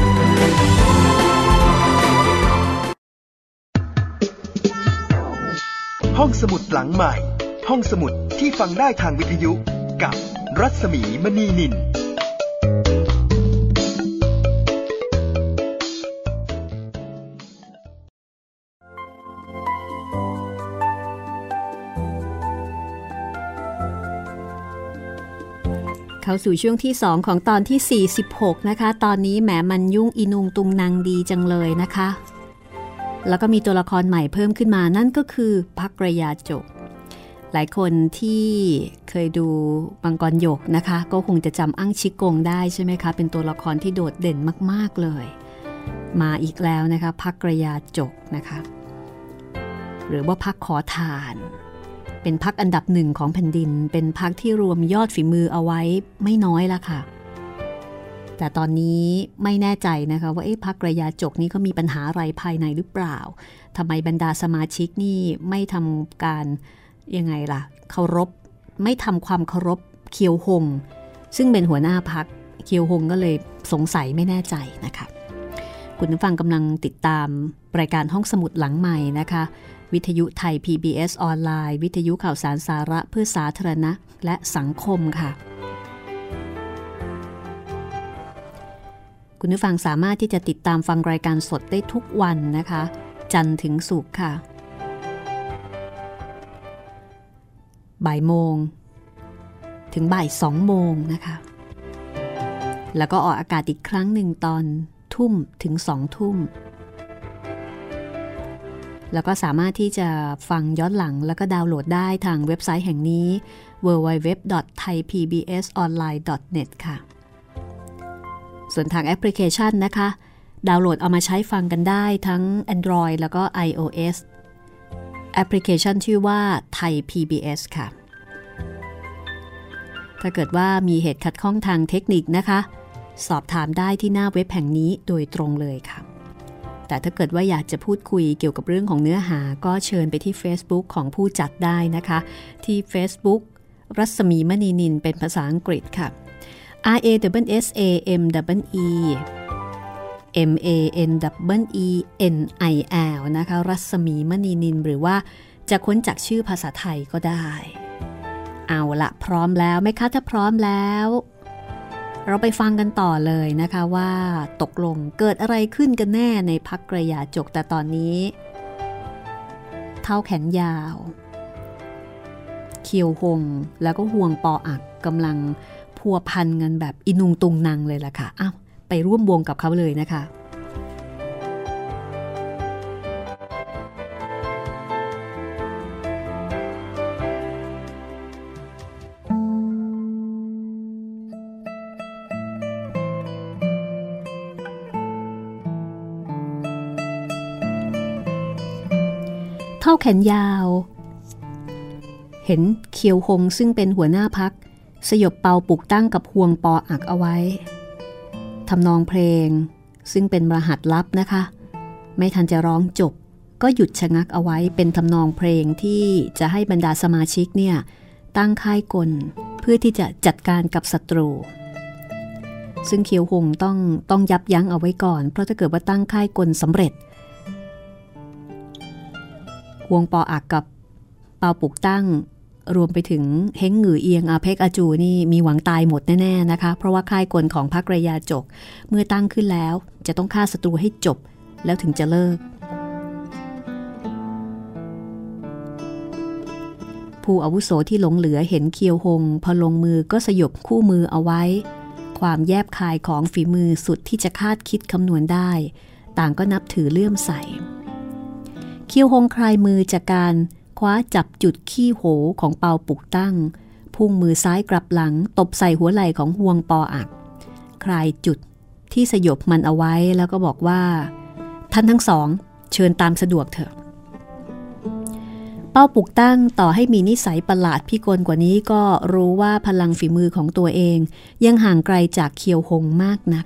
ห้องสมุดหลังใหม่ห้องสมุดที่ฟังได้ทางวิทยุกับรัศมีมณีนินเข้าสู่ช่วงที่2ของตอนที่46นะคะตอนนี้แหมมันยุ่งอีนุงตุงนางดีจังเลยนะคะแล้วก็มีตัวละครใหม่เพิ่มขึ้นมานั่นก็คือภักระยาจกหลายคนที่เคยดูมังกรหยกนะคะก็คงจะจำอั้งชิกงได้ใช่ไหมคะเป็นตัวละครที่โดดเด่นมากๆเลยมาอีกแล้วนะคะภักระยาจกนะคะหรือว่าพรรคขอทานเป็นพรรคอันดับ1ของแผ่นดินเป็นพรรคที่รวมยอดฝีมือเอาไว้ไม่น้อยละค่ะแต่ตอนนี้ไม่แน่ใจนะคะว่าพรรคระยาจกนี้เขามีปัญหาอะไรภายในหรือเปล่าทำไมบรรดาสมาชิกนี่ไม่ทำการยังไงล่ะเคารพไม่ทำความเคารพเคียวหงซึ่งเป็นหัวหน้าพรรคเคียวหงก็เลยสงสัยไม่แน่ใจนะคะคุณผู้ฟังกำลังติดตามรายการห้องสมุดหลังใหม่นะคะวิทยุไทย PBS ออนไลน์วิทยุข่าวสารสาระเพื่อสาธารณะและสังคมค่ะคุณผู้ฟังสามารถที่จะติดตามฟังรายการสดได้ทุกวันนะคะจันทร์ถึงศุกร์ค่ะบ่ายโมงถึงบ่าย2โมงนะคะแล้วก็ออกอากาศอีกครั้งหนึ่งตอนทุ่มถึง2ทุ่มแล้วก็สามารถที่จะฟังย้อนหลังแล้วก็ดาวน์โหลดได้ทางเว็บไซต์แห่งนี้ www.thaipbsonline.net ค่ะส่วนทางแอปพลิเคชันนะคะดาวน์โหลดเอามาใช้ฟังกันได้ทั้ง Android แล้วก็ iOS แอปพลิเคชันชื่อว่าไทย PBS ค่ะถ้าเกิดว่ามีเหตุขัดข้องทางเทคนิคนะคะสอบถามได้ที่หน้าเว็บแห่งนี้โดยตรงเลยค่ะแต่ถ้าเกิดว่าอยากจะพูดคุยเกี่ยวกับเรื่องของเนื้อหาก็เชิญไปที่ Facebook ของผู้จัดได้นะคะที่ Facebook รัศมีมณีนินเป็นภาษาอังกฤษค่ะ RASSAMEMANENIL นะคะรัศมีมณีนินหรือว่าจะค้นจากชื่อภาษาไทยก็ได้เอาละพร้อมแล้วไหมคะถ้าพร้อมแล้วเราไปฟังกันต่อเลยนะคะว่าตกลงเกิดอะไรขึ้นกันแน่ในภักระยาจกแต่ตอนนี้เท้าแขนยาวเคียวหงแล้วก็ห่วงปออักกำลังพัวพันกันแบบอินุงตุงนังเลยล่ะค่ะอ้าวไปร่วมวงกับเขาเลยนะคะเท่าแขนยาวเห็นเคียวหงซึ่งเป็นหัวหน้าพรรคสยบเปาปุกตั้งกับฮวงปออักเอาไว้ทำนองเพลงซึ่งเป็นรหัสลับนะคะไม่ทันจะร้องจบก็หยุดชะงักเอาไว้เป็นทำนองเพลงที่จะให้บรรดาสมาชิกเนี่ยตั้งค่ายกลเพื่อที่จะจัดการกับศัตรูซึ่งเคียวหงต้องยับยั้งเอาไว้ก่อนเพราะถ้าเกิดว่าตั้งค่ายกลสำเร็จฮวงปออักกับเปาปุกตั้งรวมไปถึงเฮงหงือเอียงอาเพ็กอาจูนี่มีหวังตายหมดแน่ๆนะคะเพราะว่าค่ายกลของพรรคระยาจกเมื่อตั้งขึ้นแล้วจะต้องฆ่าศัตรูให้จบแล้วถึงจะเลิกผู้อาวุโสที่หลงเหลือเห็นเคียวหงพอลงมือก็สยบคู่มือเอาไว้ความแยบคายของฝีมือสุดที่จะคาดคิดคำนวณได้ต่างก็นับถือเลื่อมใสเคียวหงคลายมือจากการคว้าจับจุดขี้โหของเปาปุกตั้งพุ่งมือซ้ายกลับหลังตบใส่หัวไหล่ของฮวงปออักคลายจุดที่สยบมันเอาไว้แล้วก็บอกว่าท่านทั้งสองเชิญตามสะดวกเถอะเป้าปุกตั้งต่อให้มีนิสัยประหลาดพิกลกว่านี้ก็รู้ว่าพลังฝีมือของตัวเองยังห่างไกลจากเคียวหงมากนัก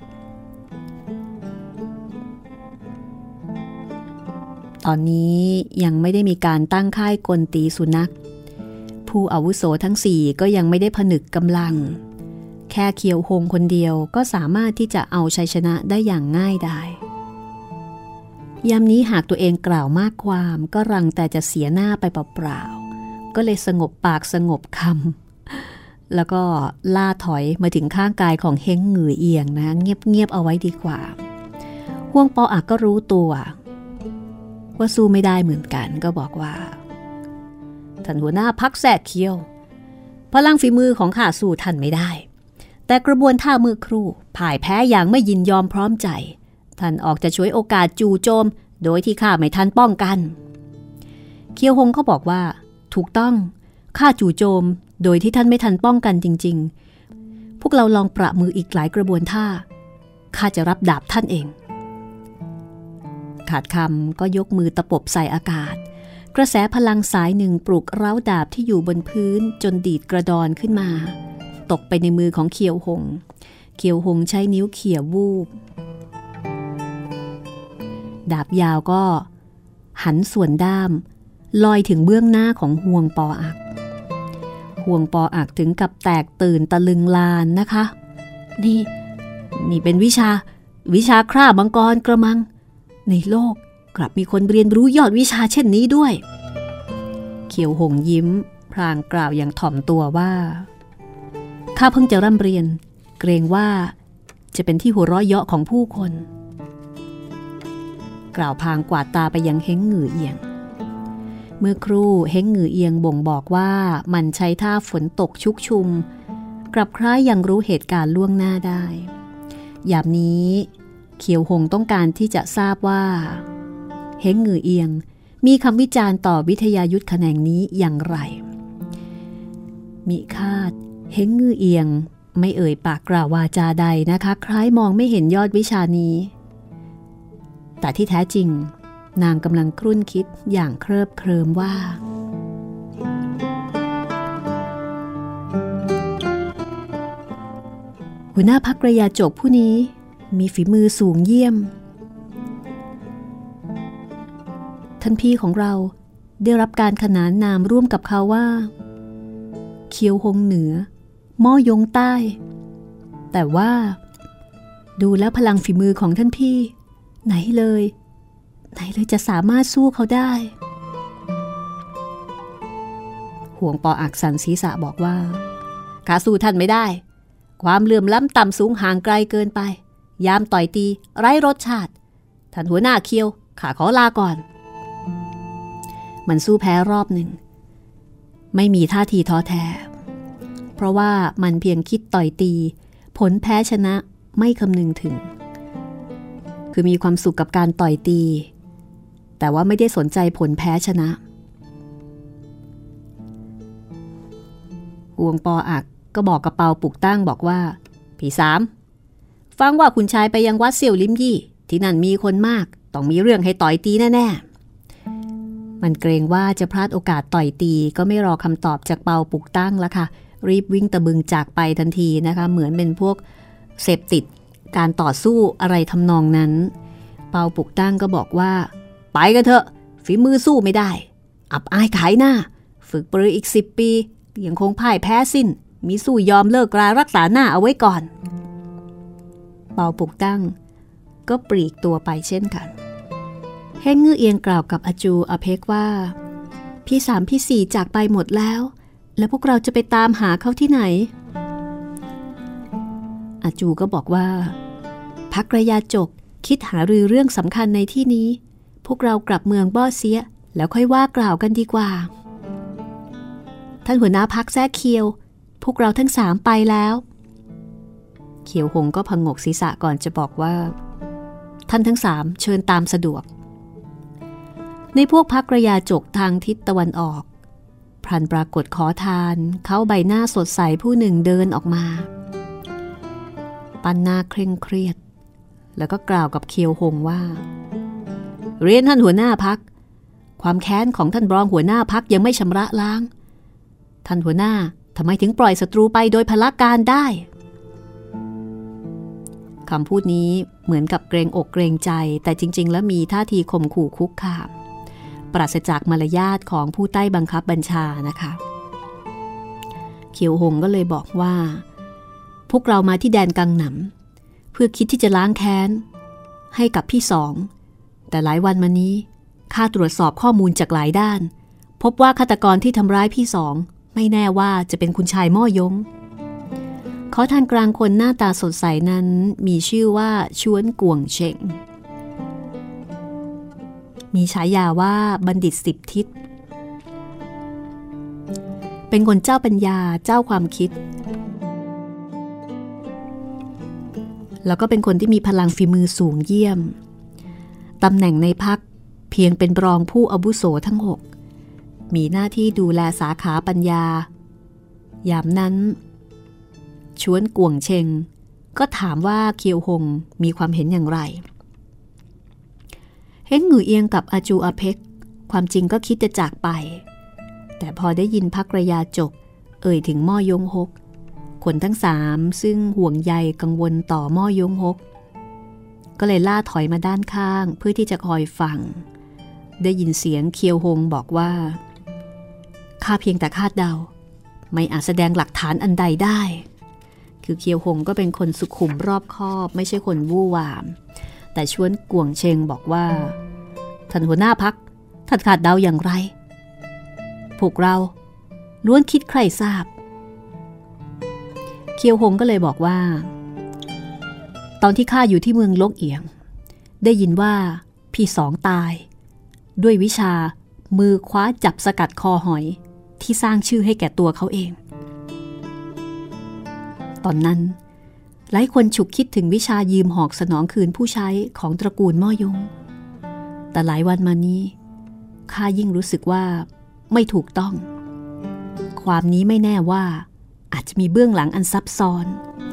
ตอนนี้ยังไม่ได้มีการตั้งค่ายกลตีสุนัขผู้อาวุโสทั้งสี่ก็ยังไม่ได้ผนึกกำลังแค่เคียวหงคนเดียวก็สามารถที่จะเอาชัยชนะได้อย่างง่ายดายยามนี้หากตัวเองกล่าวมากความก็รังแต่จะเสียหน้าไปเปล่าๆก็เลยสงบปากสงบคำแล้วก็ล่าถอยมาถึงข้างกายของเฮงหงือเอียงนะเงียบๆเอาไว้ดีกว่าฮวงปออักก็รู้ตัวว่าสู้ไม่ได้เหมือนกันก็บอกว่าท่านหัวหน้าพรรคแสกเคียวพลังฝีมือของข้าสู้ท่านไม่ได้แต่กระบวนท่ามือครู่พ่ายแพ้อย่างไม่ยินยอมพร้อมใจท่านออกจะฉวยโอกาสจู่โจมโดยที่ข้าไม่ทันป้องกันเคียวหงก็บอกว่าถูกต้องข้าจู่โจมโดยที่ท่านไม่ทันป้องกันจริงๆพวกเราลองประมืออีกหลายกระบวนท่าข้าจะรับดาบท่านเองขาดคำก็ยกมือตะปบใส่อากาศกระแสพลังสายหนึ่งปลุกเร้าดาบที่อยู่บนพื้นจนดีดกระดอนขึ้นมาตกไปในมือของเคียวหงเคียวหงใช้นิ้วเขี่ยวูบดาบยาวก็หันส่วนด้ามลอยถึงเบื้องหน้าของฮวงปออักฮวงปออักถึงกับแตกตื่นตะลึงลานนะคะนี่เป็นวิชาคร่ามังกรกระมังในโลกกลับมีคนเรียนรู้ยอดวิชาเช่นนี้ด้วยเคียวหงยิ้มพลางกล่าวอย่างถ่อมตัวว่าข้าเพิ่งจะร่ำเรียนเกรงว่าจะเป็นที่หัวเราะเยาะของผู้คนกล่าวพลางกวาดตาไปยังเฮงหงือเอียงเมื่อครู่เฮงหงือเอียงบ่งบอกว่ามันใช้ท่าฝนตกชุกชุมกลับคล้ายยังรู้เหตุการณ์ล่วงหน้าได้ยามนี้เคียวหงต้องการที่จะทราบว่าเฮงหงือเอียงมีคำวิจารณ์ต่อวิทยายุทธแขนงนี้อย่างไรมิคาดเฮงหงือเอียงไม่เอ่ยปากกล่าววาจาใดนะคะคล้ายมองไม่เห็นยอดวิชานี้แต่ที่แท้จริงนางกำลังครุ่นคิดอย่างเคลิบเคลิ้มว่าหัวหน้าพรรคระยาจกผู้นี้มีฝีมือสูงเยี่ยมท่านพี่ของเราได้รับการขนานนามร่วมกับเขาว่าเคียวหงเหนือม่อยงใต้แต่ว่าดูแล้วพลังฝีมือของท่านพี่ไหนเลยจะสามารถสู้เขาได้ห่วงปออักสันศีรษะบอกว่าข้าสู้ท่านไม่ได้ความเหลื่อมล้ำต่ำสูงห่างไกลเกินไปยามต่อยตีไร้รสชาติท่านหัวหน้าเคียวข้าขอลาก่อนมันสู้แพ้รอบหนึ่งไม่มีท่าทีท้อแท้เพราะว่ามันเพียงคิดต่อยตีผลแพ้ชนะไม่คำนึงถึงคือมีความสุขกับการต่อยตีแต่ว่าไม่ได้สนใจผลแพ้ชนะห่วงปออักก็บอกกับเปาปุกตั้งบอกว่าพี่สามฟังว่าคุณชายไปยังวัดเสี่ยวลิมยี่ที่นั่นมีคนมากต้องมีเรื่องให้ต่อยตีแน่ๆมันเกรงว่าจะพลาดโอกาสต่อยตีก็ไม่รอคำตอบจากเปาปุกตั้งละค่ะรีบวิ่งตะบึงจากไปทันทีนะคะเหมือนเป็นพวกเสพติดการต่อสู้อะไรทำนองนั้นเปาปุกตั้งก็บอกว่าไปกันเถอะฝีมือสู้ไม่ได้อับอายขายหน้าฝึกปรืออีก10 ปียังคงพ่ายแพ้สิ้นมีสู้ยอมเลิกรารักษาหน้าเอาไว้ก่อนเปาปุกตั้งก็ปลีกตัวไปเช่นกันเฮงงือเอียงกล่าวกับอาจูอาเพกว่าพี่3พี่4จากไปหมดแล้วแล้วพวกเราจะไปตามหาเขาที่ไหนอาจูก็บอกว่าพักระยาจกคิดหารือเรื่องสำคัญในที่นี้พวกเรากลับเมืองบ่อเสียแล้วค่อยว่ากล่าวกันดีกว่าท่านหัวหน้าพักแซ่เคียวพวกเราทั้ง3ไปแล้วเขียวหงก็พงกศีรษะก่อนจะบอกว่าท่านทั้ง3เชิญตามสะดวกในพวกพักระยาจกทางทิศตะวันออกพลันปรากฏขอทานเขาใบหน้าสดใสผู้หนึ่งเดินออกมาปั้นหน้าเคร่งเครียดแล้วก็กล่าวกับเคียวหงว่าเรียนท่านหัวหน้าพักความแค้นของท่านรองหัวหน้าพักยังไม่ชำระล้างท่านหัวหน้าทำไมถึงปล่อยศัตรูไปโดยพละการได้คำพูดนี้เหมือนกับเกรงอกเกรงใจแต่จริงๆแล้วมีท่าทีข่มขู่คุกคามปราศจากมารยาทของผู้ใต้บังคับบัญชานะคะเขียวหงก็เลยบอกว่าพวกเรามาที่แดนกังหนำเพื่อคิดที่จะล้างแค้นให้กับพี่สองแต่หลายวันมานี้ข้าตรวจสอบข้อมูลจากหลายด้านพบว่าฆาตกรที่ทำร้ายพี่สองไม่แน่ว่าจะเป็นคุณชายม่อยงขอทานกลางคนหน้าตาสดใสนั้นมีชื่อว่าชวนกวงเชงมีฉายาว่าบัณฑิต10 ทิศเป็นคนเจ้าปัญญาเจ้าความคิดแล้วก็เป็นคนที่มีพลังฝีมือสูงเยี่ยมตำแหน่งในพรรคเพียงเป็นรองผู้อาวุโสทั้ง6มีหน้าที่ดูแลสาขาปัญญายามนั้นชวนกวงเชงก็ถามว่าเคียวหงมีความเห็นอย่างไรเฮงหงือเอียงกับอาจูอาเพกความจริงก็คิดจะจากไปแต่พอได้ยินพักระยาจกเอ่ยถึงม่อยงฮกคนทั้ง3ซึ่งห่วงใยกังวลต่อม่อยงฮกก็เลยล่าถอยมาด้านข้างเพื่อที่จะคอยฟังได้ยินเสียงเคียวหงบอกว่าข้าเพียงแต่คาดเดาไม่อาจแสดงหลักฐานอันใดได้คือเคียวหงก็เป็นคนสุขุมรอบคอบไม่ใช่คนวู่วามแต่ชวนกวงเชงบอกว่าท่านหัวหน้าพรรคท่านคาดเดาอย่างไรพวกเราล้วนคิดใครทราบเคียวหงก็เลยบอกว่าตอนที่ข้าอยู่ที่เมืองลกเอียงได้ยินว่าพี่สองตายด้วยวิชามือคว้าจับสกัดคอหอยที่สร้างชื่อให้แก่ตัวเขาเองตอนนั้นหลายคนฉุกคิดถึงวิชายืมหอกสนองคืนผู้ใช้ของตระกูลม่อยงแต่หลายวันมานี้ข้ายิ่งรู้สึกว่าไม่ถูกต้องความนี้ไม่แน่ว่าอาจจะมีเบื้องหลังอันซับซ้อน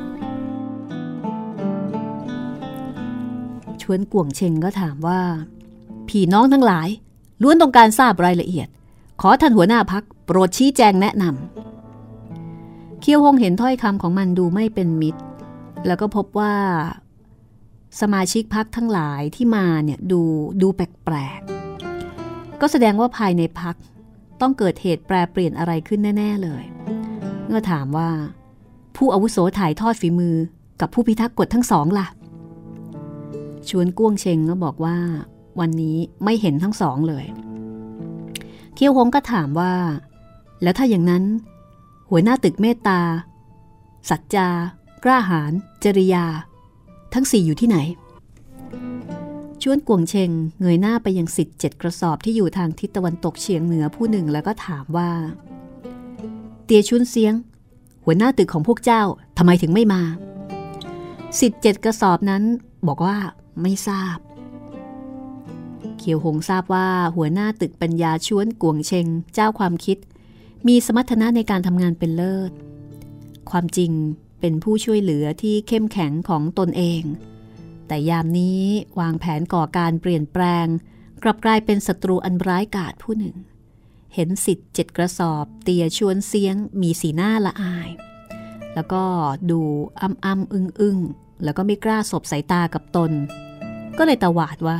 ชวนกวงเชงก็ถามว่าพี่น้องทั้งหลายล้วนต้องการทราบรายละเอียดขอท่านหัวหน้าพรรคโปรดชี้แจงแนะนำเคียวหงเห็นถ้อยคำของมันดูไม่เป็นมิตรแล้วก็พบว่าสมาชิกพรรคทั้งหลายที่มาเนี่ยดูแปลกๆก็แสดงว่าภายในพรรคต้องเกิดเหตุแปรเปลี่ยนอะไรขึ้นแน่ๆเลยเมื่อถามว่าผู้อาวุโสถ่ายทอดฝีมือกับผู้พิทักษ์กฎทั้งสองล่ะชวนก้วงเชงก็บอกว่าวันนี้ไม่เห็นทั้งสองเลยเคียวหงก็ถามว่าแล้วถ้าอย่างนั้นหัวหน้าตึกเมตตาสัจจากล้าหาญจริยาทั้ง4อยู่ที่ไหนชวนกวงเชงเงยหน้าไปยังศิษย์7 กระสอบที่อยู่ทางทิศตะวันตกเฉียงเหนือผู้หนึ่งแล้วก็ถามว่าเตียชุนเซียงหัวหน้าตึกของพวกเจ้าทำไมถึงไม่มาศิษย์7 กระสอบนั้นบอกว่าไม่ทราบเขียวหงทราบว่าหัวหน้าตึกปัญญาชวนกวงเชงเจ้าความคิดมีสมรรถนะในการทำงานเป็นเลิศความจริงเป็นผู้ช่วยเหลือที่เข้มแข็งของตนเองแต่ยามนี้วางแผนก่อการเปลี่ยนแปลงกลับกลายเป็นศัตรูอันร้ายกาจผู้หนึ่งเห็นสิทธิ์7 กระสอบเตียชวนเสียงมีสีหน้าละอายแล้วก็ดูอ้ำอึ้งแล้วก็ไม่กล้าสบสายตากับตนก็เลยตวาดว่า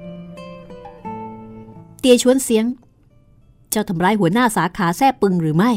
เตียชวนเสียงเจ้าทำร้ายหัวหน้าสาขาแซ่ปึงหรือไม่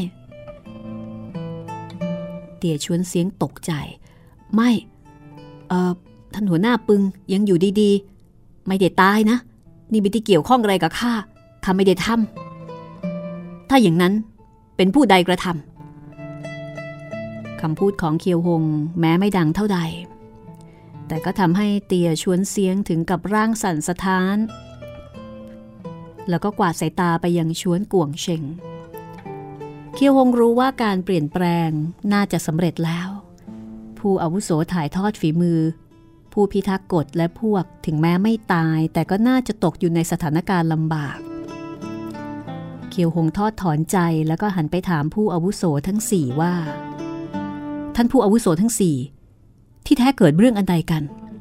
เตียชวนเสียงตกใจไม่ท่านหัวหน้าปึงยังอยู่ดีๆไม่ได้ตายนะนี่ไม่ได้เกี่ยวข้องอะไรกับข้าไม่ได้ทำถ้าอย่างนั้นเป็นผู้ใดกระทำคำพูดของเคียวหงแม้ไม่ดังเท่าใดแต่ก็ทำให้เตียชวนเสียงถึงกับร่างสั่นสะท้านแล้วก็กวาดสายตาไปยังชวนกวงเชงเคียวหงรู้ว่าการเปลี่ยนแปลงน่าจะสำเร็จแล้วผู้อาวุโสถ่ายทอดฝีมือผู้พิทักษ์กฎและพวกถึงแม้ไม่ตายแต่ก็น่าจะตกอยู่ในสถานการณ์ลำบากเคียวหงทอดถอนใจแล้วก็หันไปถามผู้อาวุโสทั้ง4ว่าท่านผู้อาวุโสทั้ง4ที่แท้เกิดเรื่องอันใดกัน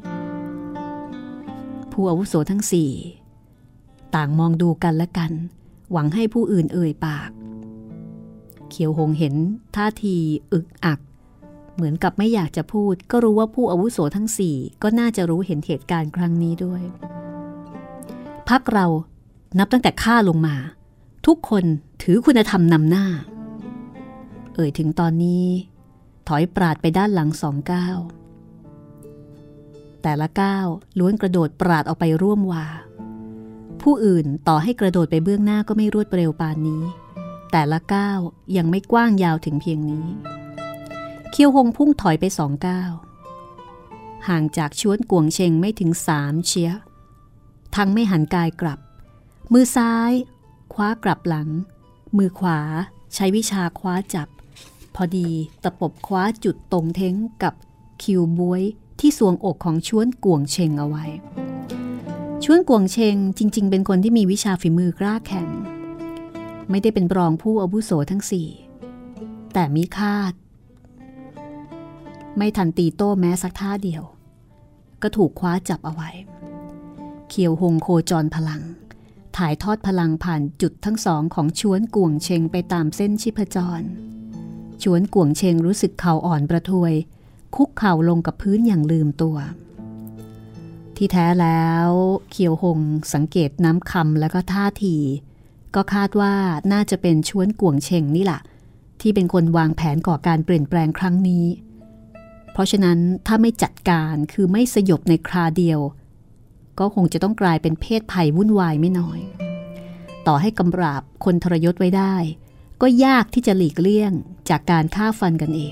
ผู้อาวุโสทั้ง4ต่างมองดูกันและกันหวังให้ผู้อื่นเอ่ยปากเคียวหงเห็นท่าทีอึกอักเหมือนกับไม่อยากจะพูดก็รู้ว่าผู้อาวุโสทั้ง4ก็น่าจะรู้เห็นเหตุการณ์ครั้งนี้ด้วยพรรคเรานับตั้งแต่ข้าลงมาทุกคนถือคุณธรรมนำหน้าถึงตอนนี้ถอยปราดไปด้านหลัง2 ก้าวแต่ละก้าวล้วนกระโดดปราดออกไปร่วมวาผู้อื่นต่อให้กระโดดไปเบื้องหน้าก็ไม่รวดเร็วปานนี้แต่ละก้าวยังไม่กว้างยาวถึงเพียงนี้เคียวหงพุ่งถอยไป2 ก้าวห่างจากชวนกวงเชงไม่ถึง3 เชียทั้งไม่หันกายกลับมือซ้ายคว้ากลับหลังมือขวาใช้วิชาคว้าจับพอดีตะปบคว้าจุดตรงเท้งกับคิวบ้วยที่สวงอกของชวนกวงเชงเอาไว้ชวนกวงเชงจริงๆเป็นคนที่มีวิชาฝีมือกล้าแข็งไม่ได้เป็นรองผู้อาวุโสทั้ง4แต่มิคาดไม่ทันตีโต้แม้สักท่าเดียวก็ถูกคว้าจับเอาไว้เคียวหงโคจรพลังถ่ายทอดพลังผ่านจุดทั้ง2ของชวนกวงเชงไปตามเส้นชีพจรชวนกวงเชงรู้สึกเข่าอ่อนประทวยคุกเข่าลงกับพื้นอย่างลืมตัวที่แท้แล้วเคียวหงสังเกตน้ำคำแล้วก็ท่าทีก็คาดว่าน่าจะเป็นชวนกวงเชงนี่แหละที่เป็นคนวางแผนก่อการเปลี่ยนแปลงครั้งนี้เพราะฉะนั้นถ้าไม่จัดการคือไม่สยบในคราเดียวก็คงจะต้องกลายเป็นเพศภัยวุ่นวายไม่น้อยต่อให้กำราบคนทรยศไว้ได้ก็ยากที่จะหลีกเลี่ยงจากการฆ่าฟันกันเอง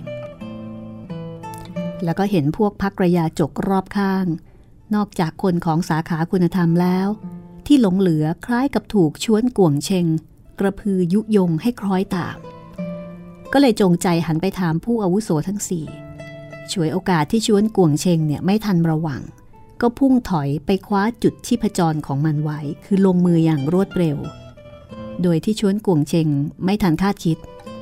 แล้วก็เห็นพวกพรรคระยาจกรอบข้างนอกจากคนของสาขาคุณธรรมแล้วที่หลงเหลือคล้ายกับถูกชวนกวงเชงกระพือยุยงให้คล้อยตามก็เลยจงใจหันไปถามผู้อาวุโสทั้ง4ฉวยโอกาสที่ชวนกวงเชงเนี่ยไม่ทันระวังก็พุ่งถอยไปคว้าจุดชีพจรของมันไว้คือลงมืออย่างรวดเร็วโดยที่ชวนกวงเชงไม่ทันคาดคิด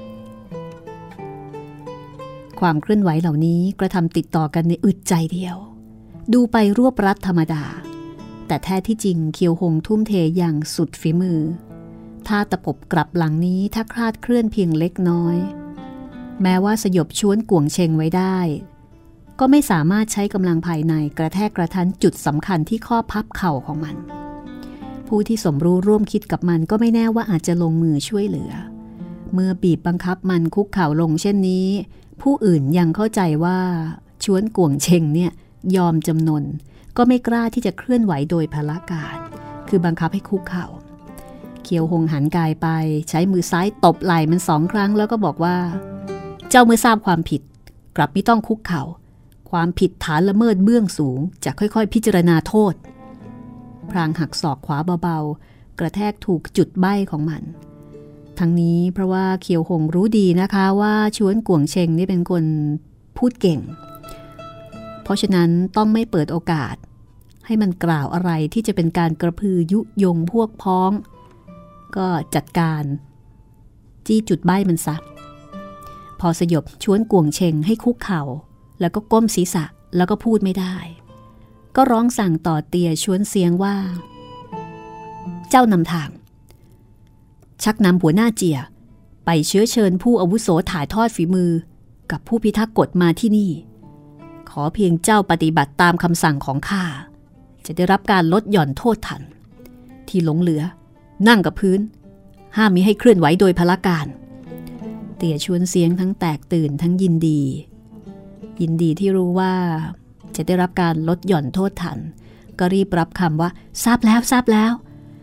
ความเคลื่อนไหวเหล่านี้กระทำติดต่อกันในอึดใจเดียวดูไปรวบรัดธรรมดาแต่แท้ที่จริงเคียวหงทุ่มเทอย่างสุดฝีมือท่าตะปบกลับหลังนี้ถ้าคลาดเคลื่อนเพียงเล็กน้อยแม้ว่าสยบชวนกวงเชงไว้ได้ก็ไม่สามารถใช้กำลังภายในกระแทกกระทันจุดสำคัญที่ข้อพับเข่าของมันผู้ที่สมรู้ร่วมคิดกับมันก็ไม่แน่ว่าอาจจะลงมือช่วยเหลือเมื่อบีบบังคับมันคุกเข่าลงเช่นนี้ผู้อื่นยังเข้าใจว่าชวนกวงเชงเนี่ยยอมจำนนก็ไม่กล้าที่จะเคลื่อนไหวโดยพละการคือบังคับให้คุกเข่าเคียวหงหันกายไปใช้มือซ้ายตบไหล่มัน2 ครั้งแล้วก็บอกว่าเจ้าเมื่อทราบความผิดกลับไม่ต้องคุกเข่าความผิดฐานละเมิดเบื้องสูงจะค่อยๆพิจารณาโทษพรางหักศอกขวาเบาๆกระแทกถูกจุดใบ้ของมันทั้งนี้เพราะว่าเคียวหงรู้ดีนะคะว่าชวนกวงเชงนี่เป็นคนพูดเก่งเพราะฉะนั้นต้องไม่เปิดโอกาสให้มันกล่าวอะไรที่จะเป็นการกระพือยุยงพวกพ้องก็จัดการจี้จุดใบ้มันซะพอสยบชวนกวงเชงให้คุกเข่าแล้วก็ก้มศีรษะแล้วก็พูดไม่ได้ก็ร้องสั่งต่อเตียชวนเสียงว่าเจ้านำทางชักนำหัวหน้าเจียไปเชื้อเชิญผู้อาวุโสถ่ายทอดฝีมือกับผู้พิทักษ์กฎมาที่นี่ขอเพียงเจ้าปฏิบัติตามคำสั่งของข้าจะได้รับการลดหย่อนโทษทันที่หลงเหลือนั่งกับพื้นห้ามมิให้เคลื่อนไหวโดยพละการเตี่ยชวนเสียงทั้งแตกตื่นทั้งยินดีที่รู้ว่าจะได้รับการลดหย่อนโทษทันก็รีบรับคำว่าทราบแล้ว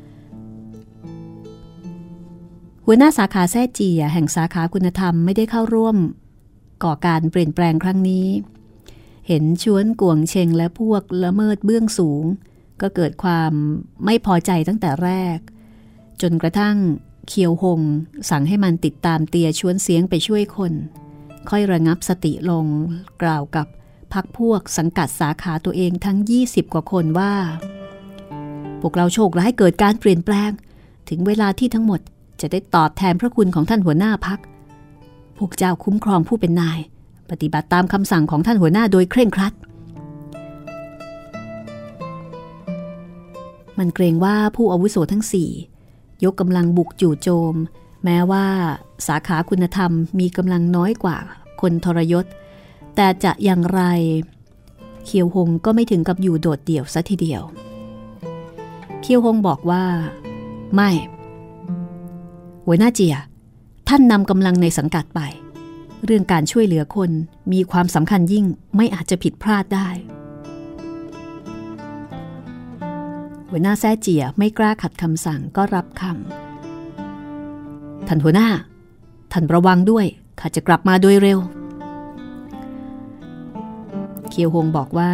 หัวหน้าสาขาแซ่เจียแห่งสาขาคุณธรรมไม่ได้เข้าร่วมก่อการเปลี่ยนแปลงครั้งนี้เห็นชวนกวงเชงและพวกละเมิดเบื้องสูงก็เกิดความไม่พอใจตั้งแต่แรกจนกระทั่งเคียวหงสั่งให้มันติดตามเตียชวนเสียงไปช่วยคนค่อยระงับสติลงกล่าวกับพรรคพวกสังกัดสาขาตัวเองทั้ง20กว่าคนว่าพวกเราโชคร้ายเกิดการเปลี่ยนแปลงถึงเวลาที่ทั้งหมดจะได้ตอบแทนพระคุณของท่านหัวหน้าพรรคพวกเจ้าคุ้มครองผู้เป็นนายปฏิบัติตามคำสั่งของท่านหัวหน้าโดยเคร่งครัดมันเกรงว่าผู้อาวุโสทั้ง4ยกกำลังบุกจู่โจมแม้ว่าสาขาคุณธรรมมีกำลังน้อยกว่าคนทรยศแต่จะอย่างไรเคียวหงก็ไม่ถึงกับอยู่โดดเดี่ยวซะทีเดียวเคียวหงบอกว่าไม่หัวหน้าเจียท่านนำกำลังในสังกัดไปเรื่องการช่วยเหลือคนมีความสำคัญยิ่งไม่อาจจะผิดพลาดได้หัวหน้าแซ่เจียไม่กล้าขัดคำสั่งก็รับคำท่านหัวหน้าท่านระวังด้วยข้าจะกลับมาโดยเร็วเคียวหงบอกว่า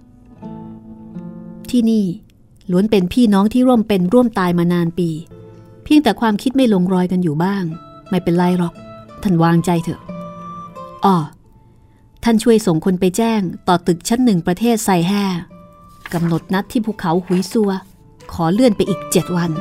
ที่นี่ล้วนเป็นพี่น้องที่ร่วมเป็นร่วมตายมานานปีเพียงแต่ความคิดไม่ลงรอยกันอยู่บ้างไม่เป็นไรหรอกท่านวางใจเถอะท่านช่วยส่งคนไปแจ้งต่อตึกชั้น1ประเทศไซแห่กำหนดนัดที่ภูเขาหุยซัวขอเลื่อนไปอีก7 วัน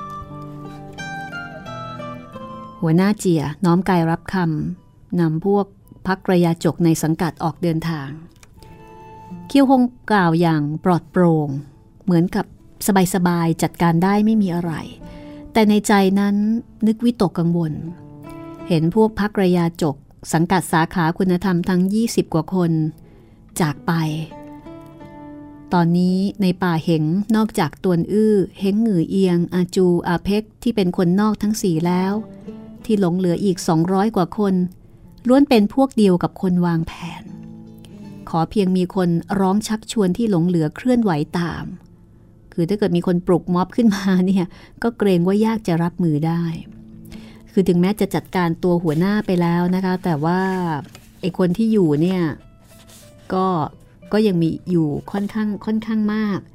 หัวหน้าเจียน้อมกายรับคำนำพวกพรรคระยาจกในสังกัดออกเดินทางเคียวหงกล่าวอย่างปลอดโปร่งเหมือนกับสบายๆจัดการได้ไม่มีอะไรแต่ในใจนั้นนึกวิตกกังวลเห็นพวกพรรคระยาจกสังกัดสาขาคุณธรรมทั้ง20กว่าคนจากไปตอนนี้ในป่าเหงนอกจากตวนอื้อเฮงหงือเอียงอาจูอาเพ็กที่เป็นคนนอกทั้ง4แล้วที่หลงเหลืออีก200กว่าคนล้วนเป็นพวกเดียวกับคนวางแผนขอเพียงมีคนร้องชักชวนที่หลงเหลือเคลื่อนไหวตามคือถ้าเกิดมีคนปลุกม็อบขึ้นมาเนี่ยก็เกรงว่ายากจะรับมือได้คือถึงแม้จะจัดการตัวหัวหน้าไปแล้วนะคะแต่ว่าไอ้คนที่อยู่เนี่ยก็ยังมีอยู่ค่อนข้างมาก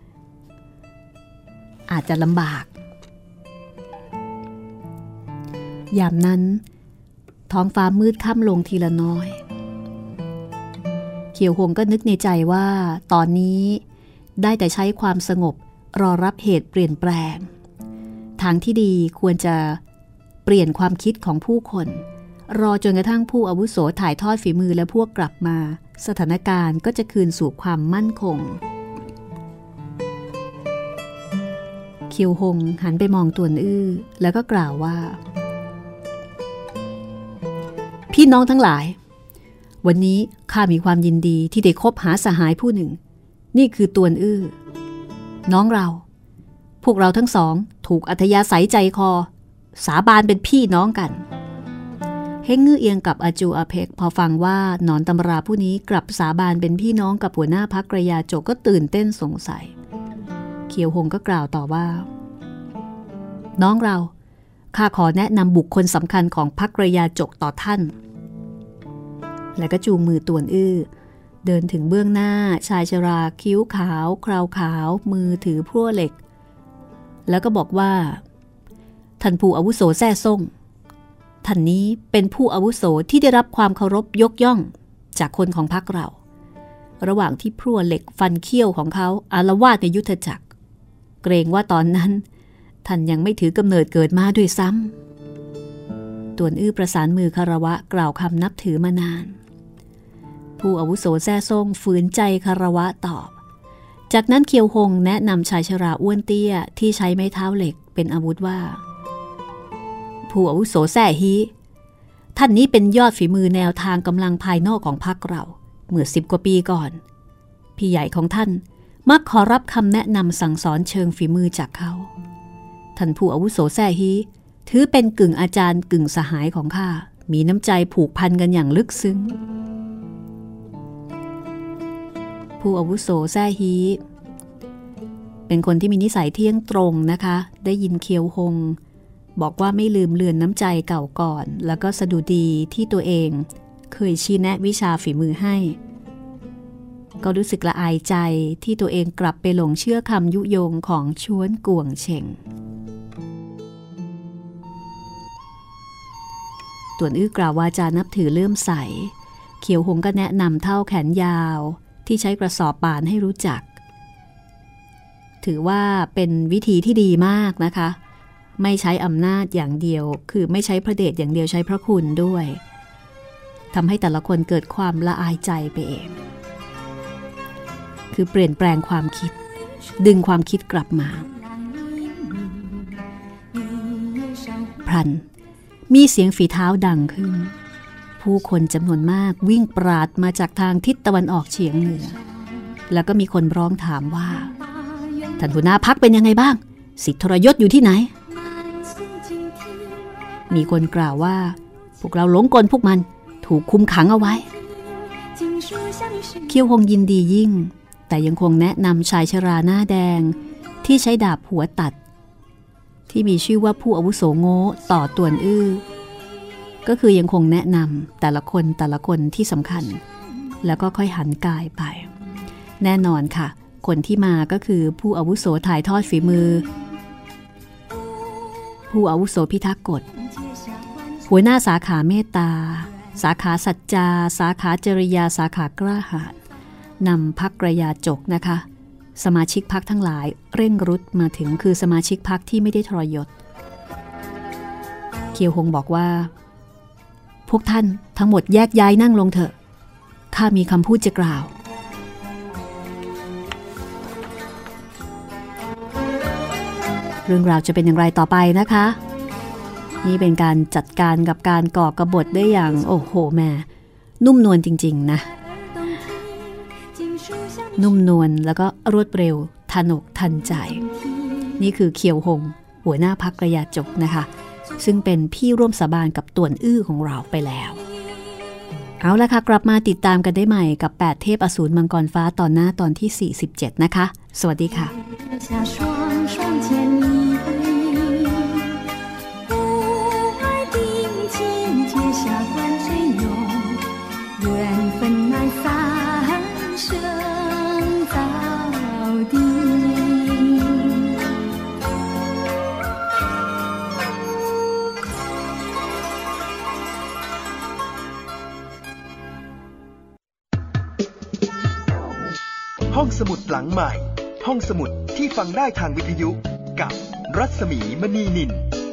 อาจจะลำบากยามนั้นท้องฟ้ามืดค่ำลงทีละน้อยเขียวหงก็นึกในใจว่าตอนนี้ได้แต่ใช้ความสงบรอรับเหตุเปลี่ยนแปลงทางที่ดีควรจะเปลี่ยนความคิดของผู้คนรอจนกระทั่งผู้อาวุโสถ่ายทอดฝีมือและพวกกลับมาสถานการณ์ก็จะคืนสู่ความมั่นคงเคียวหงหันไปมองตวนอื้อแล้วก็กล่าวว่าพี่น้องทั้งหลายวันนี้ข้ามีความยินดีที่ได้คบหาสหายผู้หนึ่งนี่คือตวนอื้อน้องเราพวกเราทั้งสองถูกอัธยาศัยใจคอสาบานเป็นพี่น้องกันเฮงงือเอียงกับอาจูอาเพ็กพอฟังว่าหนอนตำราผู้นี้กลับสาบานเป็นพี่น้องกับหัวหน้าพรรคระยาจกก็ตื่นเต้นสงสัยเขียวหงก็กล่าวต่อว่าน้องเราข้าขอแนะนำบุคคลสำคัญของพรรคระยาจกต่อท่านแล้วก็จูงมือตวนอื้อเดินถึงเบื้องหน้าชายชราคิ้วขาวคราวขาวมือถือพลั่วเหล็กแล้วก็บอกว่าท่านผู้อาวุโสแซ่ซ่งท่านนี้เป็นผู้อาวุโสที่ได้รับความเคารพยกย่องจากคนของพรรคเราระหว่างที่พลั่วเหล็กฟันเขี้ยวของเขาอาละวาดในยุทธจักรเกรงว่าตอนนั้นท่านยังไม่ถือกำเนิดเกิดมาด้วยซ้ำตวนอื้อประสานมือคารวะกล่าวคำนับถือมานานผู้อาวุโสแซ่ซ่งฝืนใจคารวะตอบจากนั้นเคียวหงแนะนำชายชราอ้วนเตี้ยที่ใช้ไม้เท้าเหล็กเป็นอาวุธว่าผู้อาวุโสแซ่ฮีท่านนี้เป็นยอดฝีมือแนวทางกำลังภายนอกของพรรคเราเมื่อ10 กว่าปีก่อนพี่ใหญ่ของท่านมักขอรับคำแนะนำสั่งสอนเชิงฝีมือจากเขาท่านผู้อาวุโสแซ่ฮีถือเป็นกึ่งอาจารย์กึ่งสหายของข้ามีน้ำใจผูกพันกันอย่างลึกซึ้งผู้อาวุโสแซ่ฮีเป็นคนที่มีนิสัยเที่ยงตรงนะคะได้ยินเคียวหงบอกว่าไม่ลืมเลือนน้ำใจเก่าก่อนแล้วก็สดุดีที่ตัวเองเคยชี้แนะวิชาฝีมือให้ก็รู้สึกละอายใจที่ตัวเองกลับไปหลงเชื่อคำยุยงของชวนกวงเฉ่งต่วนอื้อกล่าววาจานับถือเลื่อมใสเขียวหงก็แนะนำเท่าแขนยาวที่ใช้กระสอบป่านให้รู้จักถือว่าเป็นวิธีที่ดีมากนะคะไม่ใช้อำนาจอย่างเดียวคือไม่ใช้พระเดชอย่างเดียวใช้พระคุณด้วยทำให้แต่ละคนเกิดความละอายใจไปเองคือเปลี่ยนแปลงความคิดดึงความคิดกลับมาพลันมีเสียงฝีเท้าดังขึ้นผู้คนจำนวนมากวิ่งปราดมาจากทางทิศตะวันออกเฉียงเหนือแล้วก็มีคนร้องถามว่าท่านหัวหน้าพรรคเป็นยังไงบ้างสิทธิทรยศอยู่ที่ไหนมีคนกล่าวว่าพวกเราหลงกลพวกมันถูกคุมขังเอาไว้เคียวหงยินดียิ่งแต่ยังคงแนะนำชายชราหน้าแดงที่ใช้ดาบหัวตัดที่มีชื่อว่าผู้อาวุโสโง่ต่อต่วนอื้อก็คือยังคงแนะนำแต่ละคนที่สำคัญแล้วก็ค่อยหันกายไปแน่นอนค่ะคนที่มาก็คือผู้อาวุโสถ่ายทอดฝีมือผู้อาวุโสพิทักษ์กฎหัวหน้าสาขาเมตตาสาขาสัจจาสาขาจริยาสาขากล้าหาญนำพรรคกระยาจกนะคะสมาชิกพรรคทั้งหลายเร่งรุดมาถึงคือสมาชิกพรรคที่ไม่ได้ทรยศเคียวหงบอกว่าพวกท่านทั้งหมดแยกย้ายนั่งลงเถอะข้ามีคำพูดจะกล่าวเรื่องราวจะเป็นอย่างไรต่อไปนะคะนี่เป็นการจัดการกับการก่อกบฏได้อย่างโอ้โหแม่นุ่มนวลจริงๆนะนุ่มนวลแล้วก็รวดเร็วทันอกทันใจนี่คือเคียวหงหัวหน้าพรรคกระยาจกนะคะซึ่งเป็นพี่ร่วมสาบานกับต่วนอื้อของเราไปแล้วเอาละค่ะกลับมาติดตามกันได้ใหม่กับ8เทพอสูรมังกรฟ้าตอนหน้าตอนที่47นะคะสวัสดีค่ะห้องสมุดหลังใหม่ห้องสมุดที่ฟังได้ทางวิทยุกับรัศมีมณีนิน